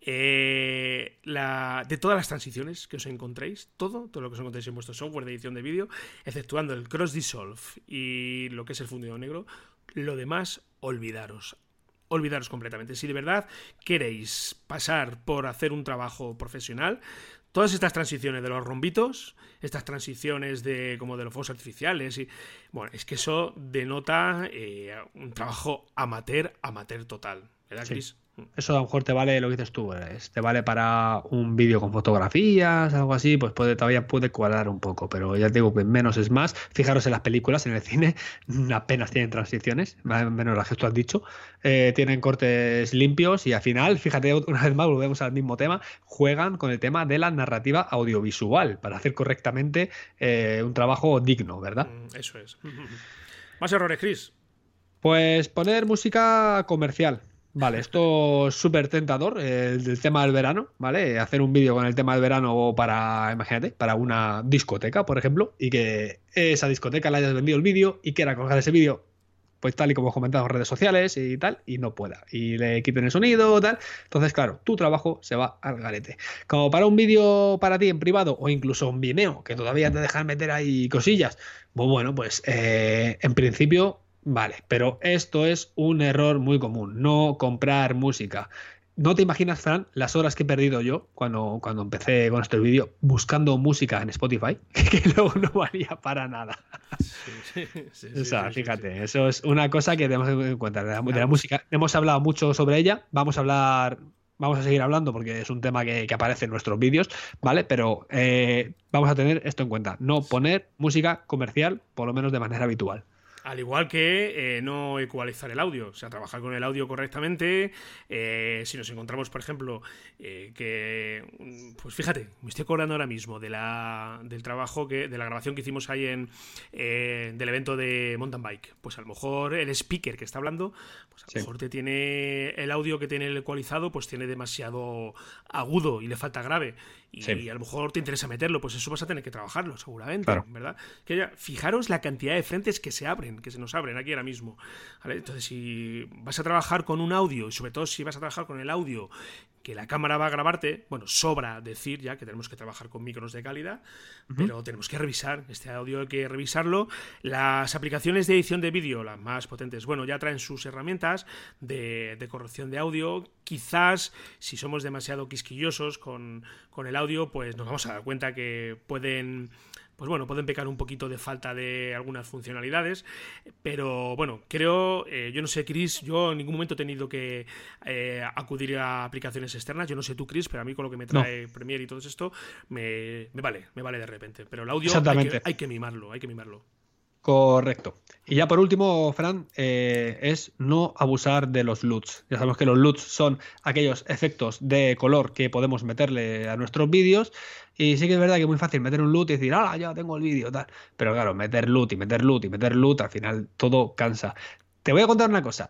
De todas las transiciones que os encontréis, todo lo que os encontréis en vuestro software de edición de vídeo, exceptuando el Cross Dissolve y lo que es el fundido negro, lo demás, olvidaros. Olvidaros completamente. Si de verdad queréis pasar por hacer un trabajo profesional, todas estas transiciones de los rombitos, estas transiciones como de los fuegos artificiales, y bueno, es que eso denota un trabajo amateur total, ¿verdad, Sí. Chris? Eso a lo mejor te vale lo que dices tú, te vale para un vídeo con fotografías, algo así, pues todavía puede cuadrar un poco, pero ya te digo que menos es más. Fijaros en las películas, en el cine, apenas tienen transiciones, menos las que tú has dicho. Tienen cortes limpios y al final, fíjate, una vez más, volvemos al mismo tema, juegan con el tema de la narrativa audiovisual para hacer correctamente un trabajo digno, ¿verdad? Eso es. Más errores, Chris. Pues poner música comercial. Vale, esto es súper tentador, el tema del verano, ¿vale? Hacer un vídeo con el tema del verano para, imagínate, para una discoteca, por ejemplo, y que esa discoteca le hayas vendido el vídeo y quiera colgar ese vídeo, pues tal y como comentado en redes sociales y tal, y no pueda. Y le quiten el sonido, tal. Entonces, claro, tu trabajo se va al garete. Como para un vídeo para ti en privado o incluso un Vimeo, que todavía te dejan meter ahí cosillas, pues bueno, pues en principio... Vale, pero esto es un error muy común, no comprar música. No te imaginas, Fran, las horas que he perdido yo cuando empecé con este vídeo buscando música en Spotify, que luego no valía para nada. Sí, sí, O sí, sea, sí, sí, sí. fíjate, eso es una cosa que tenemos que tener en cuenta. De la Vamos. música, hemos hablado mucho sobre ella, vamos a seguir hablando porque es un tema que aparece en nuestros vídeos, ¿vale? Pero vamos a tener esto en cuenta, no poner música comercial, por lo menos de manera habitual. Al igual que no ecualizar el audio, o sea, trabajar con el audio correctamente. Si nos encontramos, por ejemplo, pues fíjate, me estoy acordando ahora mismo del trabajo de la grabación que hicimos ahí del evento de mountain bike. Pues a lo mejor el speaker que está hablando, pues a lo mejor te tiene el audio que tiene el ecualizado, pues tiene demasiado agudo y le falta grave. Y a lo mejor te interesa meterlo, pues eso vas a tener que trabajarlo, seguramente, Claro. ¿verdad? Fijaros la cantidad de frentes que se nos abren aquí ahora mismo. ¿Vale? Entonces, si vas a trabajar con un audio, y sobre todo si vas a trabajar con el audio que la cámara va a grabarte. Bueno, sobra decir ya que tenemos que trabajar con micros de calidad, pero tenemos que revisar este audio, hay que revisarlo. Las aplicaciones de edición de vídeo, las más potentes, bueno, ya traen sus herramientas de corrección de audio. Quizás si somos demasiado quisquillosos con el audio, pues nos vamos a dar cuenta que pueden pecar un poquito de falta de algunas funcionalidades, pero bueno, creo, yo no sé, Chris, yo en ningún momento he tenido que acudir a aplicaciones externas, yo no sé tú, Chris, pero a mí con lo que me trae Premiere y todo esto, me vale de repente, pero el audio hay que mimarlo. Correcto. Y ya por último, Fran, es no abusar de los LUTs. Ya sabemos que los LUTs son aquellos efectos de color que podemos meterle a nuestros vídeos, y sí que es verdad que es muy fácil meter un LUT y decir, ¡ah, ya tengo el vídeo! Tal. Pero claro, meter LUT y meter LUT y meter LUT, al final todo cansa. Te voy a contar una cosa.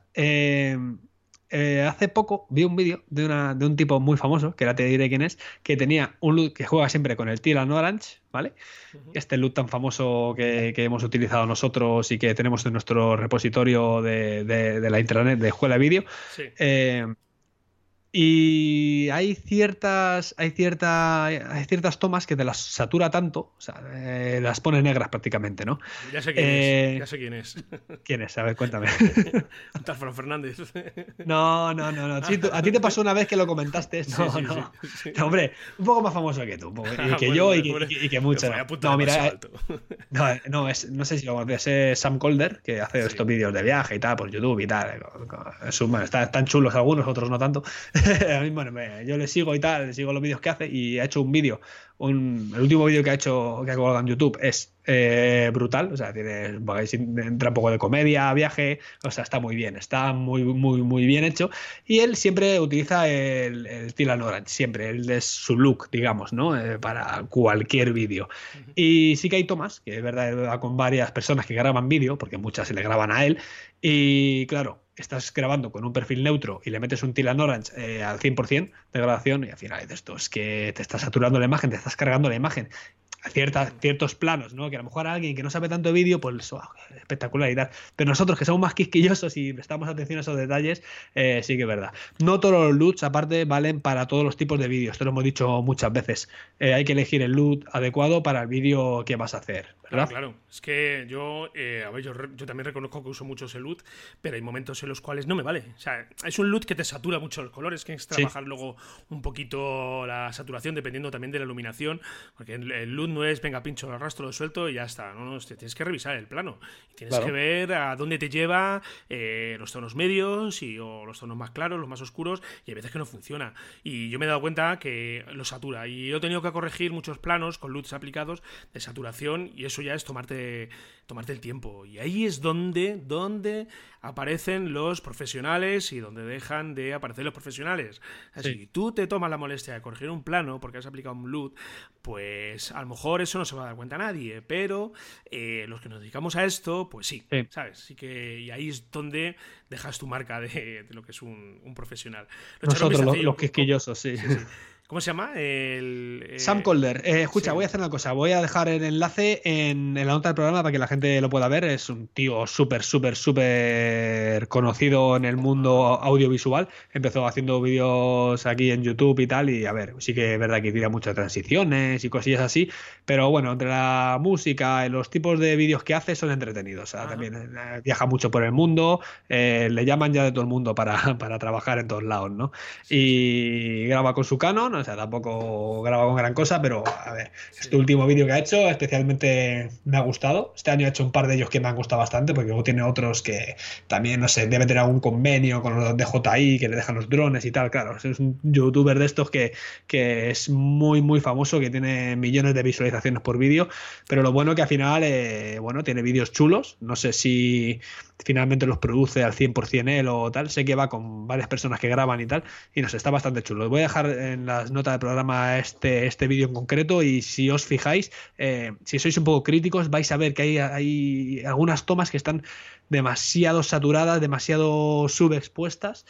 Hace poco vi un vídeo de un tipo muy famoso, que ahora te diré quién es, que tenía un LUT que juega siempre con el Teal and Orange, ¿vale? Este LUT tan famoso que hemos utilizado nosotros y que tenemos en nuestro repositorio de la intranet de Escuela de Vídeo. Sí. Y hay ciertas tomas que te las satura tanto, o sea, las pone negras prácticamente, ¿no? Ya sé quién es. ¿Quién es? A ver, cuéntame. Un tal Fran Fernández. No. Sí, a ti te pasó una vez que lo comentaste. No. No, hombre, un poco más famoso que tú, y que yo y que muchos. No, mira, no sé si lo conoces, es Sam Colder, que hace estos vídeos de viaje y tal, por YouTube y tal. Están chulos algunos, otros no tanto. A mí, bueno, yo le sigo y tal, le sigo los vídeos que hace, y ha hecho un vídeo, el último vídeo que ha colgado en YouTube es brutal, o sea, entra un poco de comedia, viaje, o sea, está muy bien, está muy, muy, muy bien hecho, y él siempre utiliza el Teal and Orange, siempre, él es su look, digamos, ¿no? Para cualquier vídeo. Y sí que hay tomas, que es verdad, va con varias personas que graban vídeo, porque muchas se le graban a él, y claro, estás grabando con un perfil neutro y le metes un Teal and Orange al 100% de grabación, y al final dices, esto es que te está saturando la imagen, te estás cargando la imagen a ciertos planos, ¿no? Que a lo mejor a alguien que no sabe tanto de vídeo, pues espectacular y tal. Pero nosotros que somos más quisquillosos y prestamos atención a esos detalles, sí que es verdad. No todos los LUTs, aparte, valen para todos los tipos de vídeos. Te lo hemos dicho muchas veces. Hay que elegir el LUT adecuado para el vídeo que vas a hacer, ¿verdad? Claro. Es que yo también reconozco que uso mucho ese LUT, pero hay momentos en los cuales no me vale. O sea, es un LUT que te satura mucho los colores, que es trabajar luego un poquito la saturación, dependiendo también de la iluminación, porque el LUT no es, venga, pincho, arrastro, lo suelto y ya está. No, tienes que revisar el plano. Y tienes que ver a dónde te lleva los tonos medios o los tonos más claros, los más oscuros, y hay veces que no funciona. Y yo me he dado cuenta que lo satura. Y he tenido que corregir muchos planos con LUTs aplicados de saturación, y eso ya es tomarte el tiempo. Y ahí es donde aparecen los profesionales y donde dejan de aparecer los profesionales. Si tú te tomas la molestia de corregir un plano porque has aplicado un LUT, pues a lo mejor eso no se va a dar cuenta nadie, pero los que nos dedicamos a esto, pues sí. ¿Sabes? Así que, y ahí es donde dejas tu marca de lo que es un profesional. Nosotros, los quisquillosos, sí. ¿Cómo se llama? Sam Colder. Escucha, voy a hacer una cosa. Voy a dejar el enlace en la nota del programa para que la gente lo pueda ver. Es un tío súper conocido en el mundo audiovisual. Empezó haciendo vídeos aquí en YouTube y tal. Y a ver, sí que es verdad que tira muchas transiciones y cosillas así. Pero bueno, entre la música y los tipos de vídeos que hace son entretenidos. O sea, también viaja mucho por el mundo. Le llaman ya de todo el mundo para trabajar en todos lados, ¿no? Y graba con su Canon. O sea, tampoco graba con gran cosa, pero a ver, este último vídeo que ha hecho especialmente me ha gustado. Este año ha hecho un par de ellos que me han gustado bastante, porque luego tiene otros que también, no sé, debe tener algún convenio con los DJI que le dejan los drones y tal. Claro, es un youtuber de estos que es muy, muy famoso, que tiene millones de visualizaciones por vídeo, pero lo bueno que al final, tiene vídeos chulos. No sé si finalmente los produce al 100% él o tal. Sé que va con varias personas que graban y tal, y no sé, está bastante chulo. Voy a dejar en las notas del programa este vídeo en concreto, y si os fijáis, si sois un poco críticos, vais a ver que hay algunas tomas que están demasiado saturadas, demasiado subexpuestas,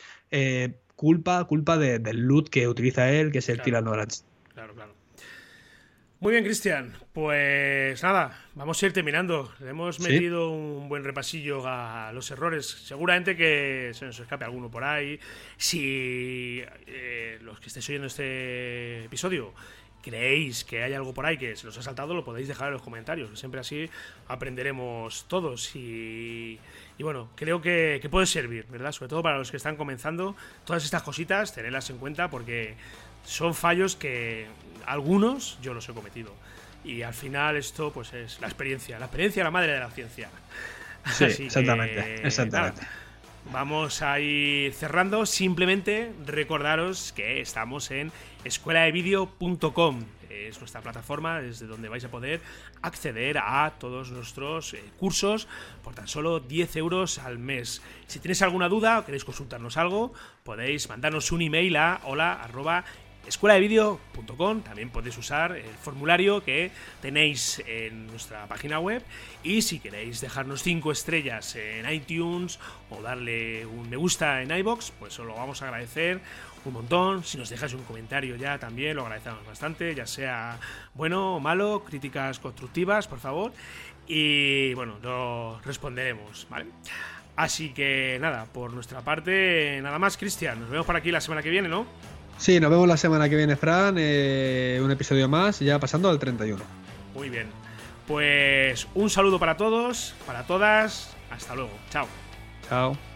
culpa del LUT que utiliza él, que es el Teal and Orange. Claro. Muy bien, Cristian. Pues nada, vamos a ir terminando. Le hemos metido un buen repasillo a los errores. Seguramente que se nos escape alguno por ahí. Si los que estéis oyendo este episodio creéis que hay algo por ahí que se nos ha saltado, lo podéis dejar en los comentarios. Siempre así aprenderemos todos. Y bueno, creo que puede servir, ¿verdad? Sobre todo para los que están comenzando. Todas estas cositas, tenerlas en cuenta porque son fallos que algunos yo los he cometido. Y al final esto pues es la experiencia, la madre de la ciencia. Sí, exactamente. Nada, vamos a ir cerrando. Simplemente recordaros que estamos en escueladevideo.com. Es nuestra plataforma desde donde vais a poder acceder a todos nuestros cursos por tan solo 10 euros al mes. Si tenéis alguna duda o queréis consultarnos algo, podéis mandarnos un email a hola@escueladevideo.com. También podéis usar el formulario que tenéis en nuestra página web. Y si queréis dejarnos 5 estrellas en iTunes o darle un me gusta en iVoox, pues os lo vamos a agradecer un montón. Si nos dejáis un comentario ya también lo agradecemos bastante, ya sea bueno o malo, críticas constructivas, por favor. Y bueno, lo responderemos, ¿vale? Así que nada, por nuestra parte, nada más, Cristian. Nos vemos por aquí la semana que viene, ¿no? Sí, nos vemos la semana que viene, Fran. Un episodio más, ya pasando al 31. Muy bien. Pues un saludo para todos, para todas. Hasta luego. Chao. Chao.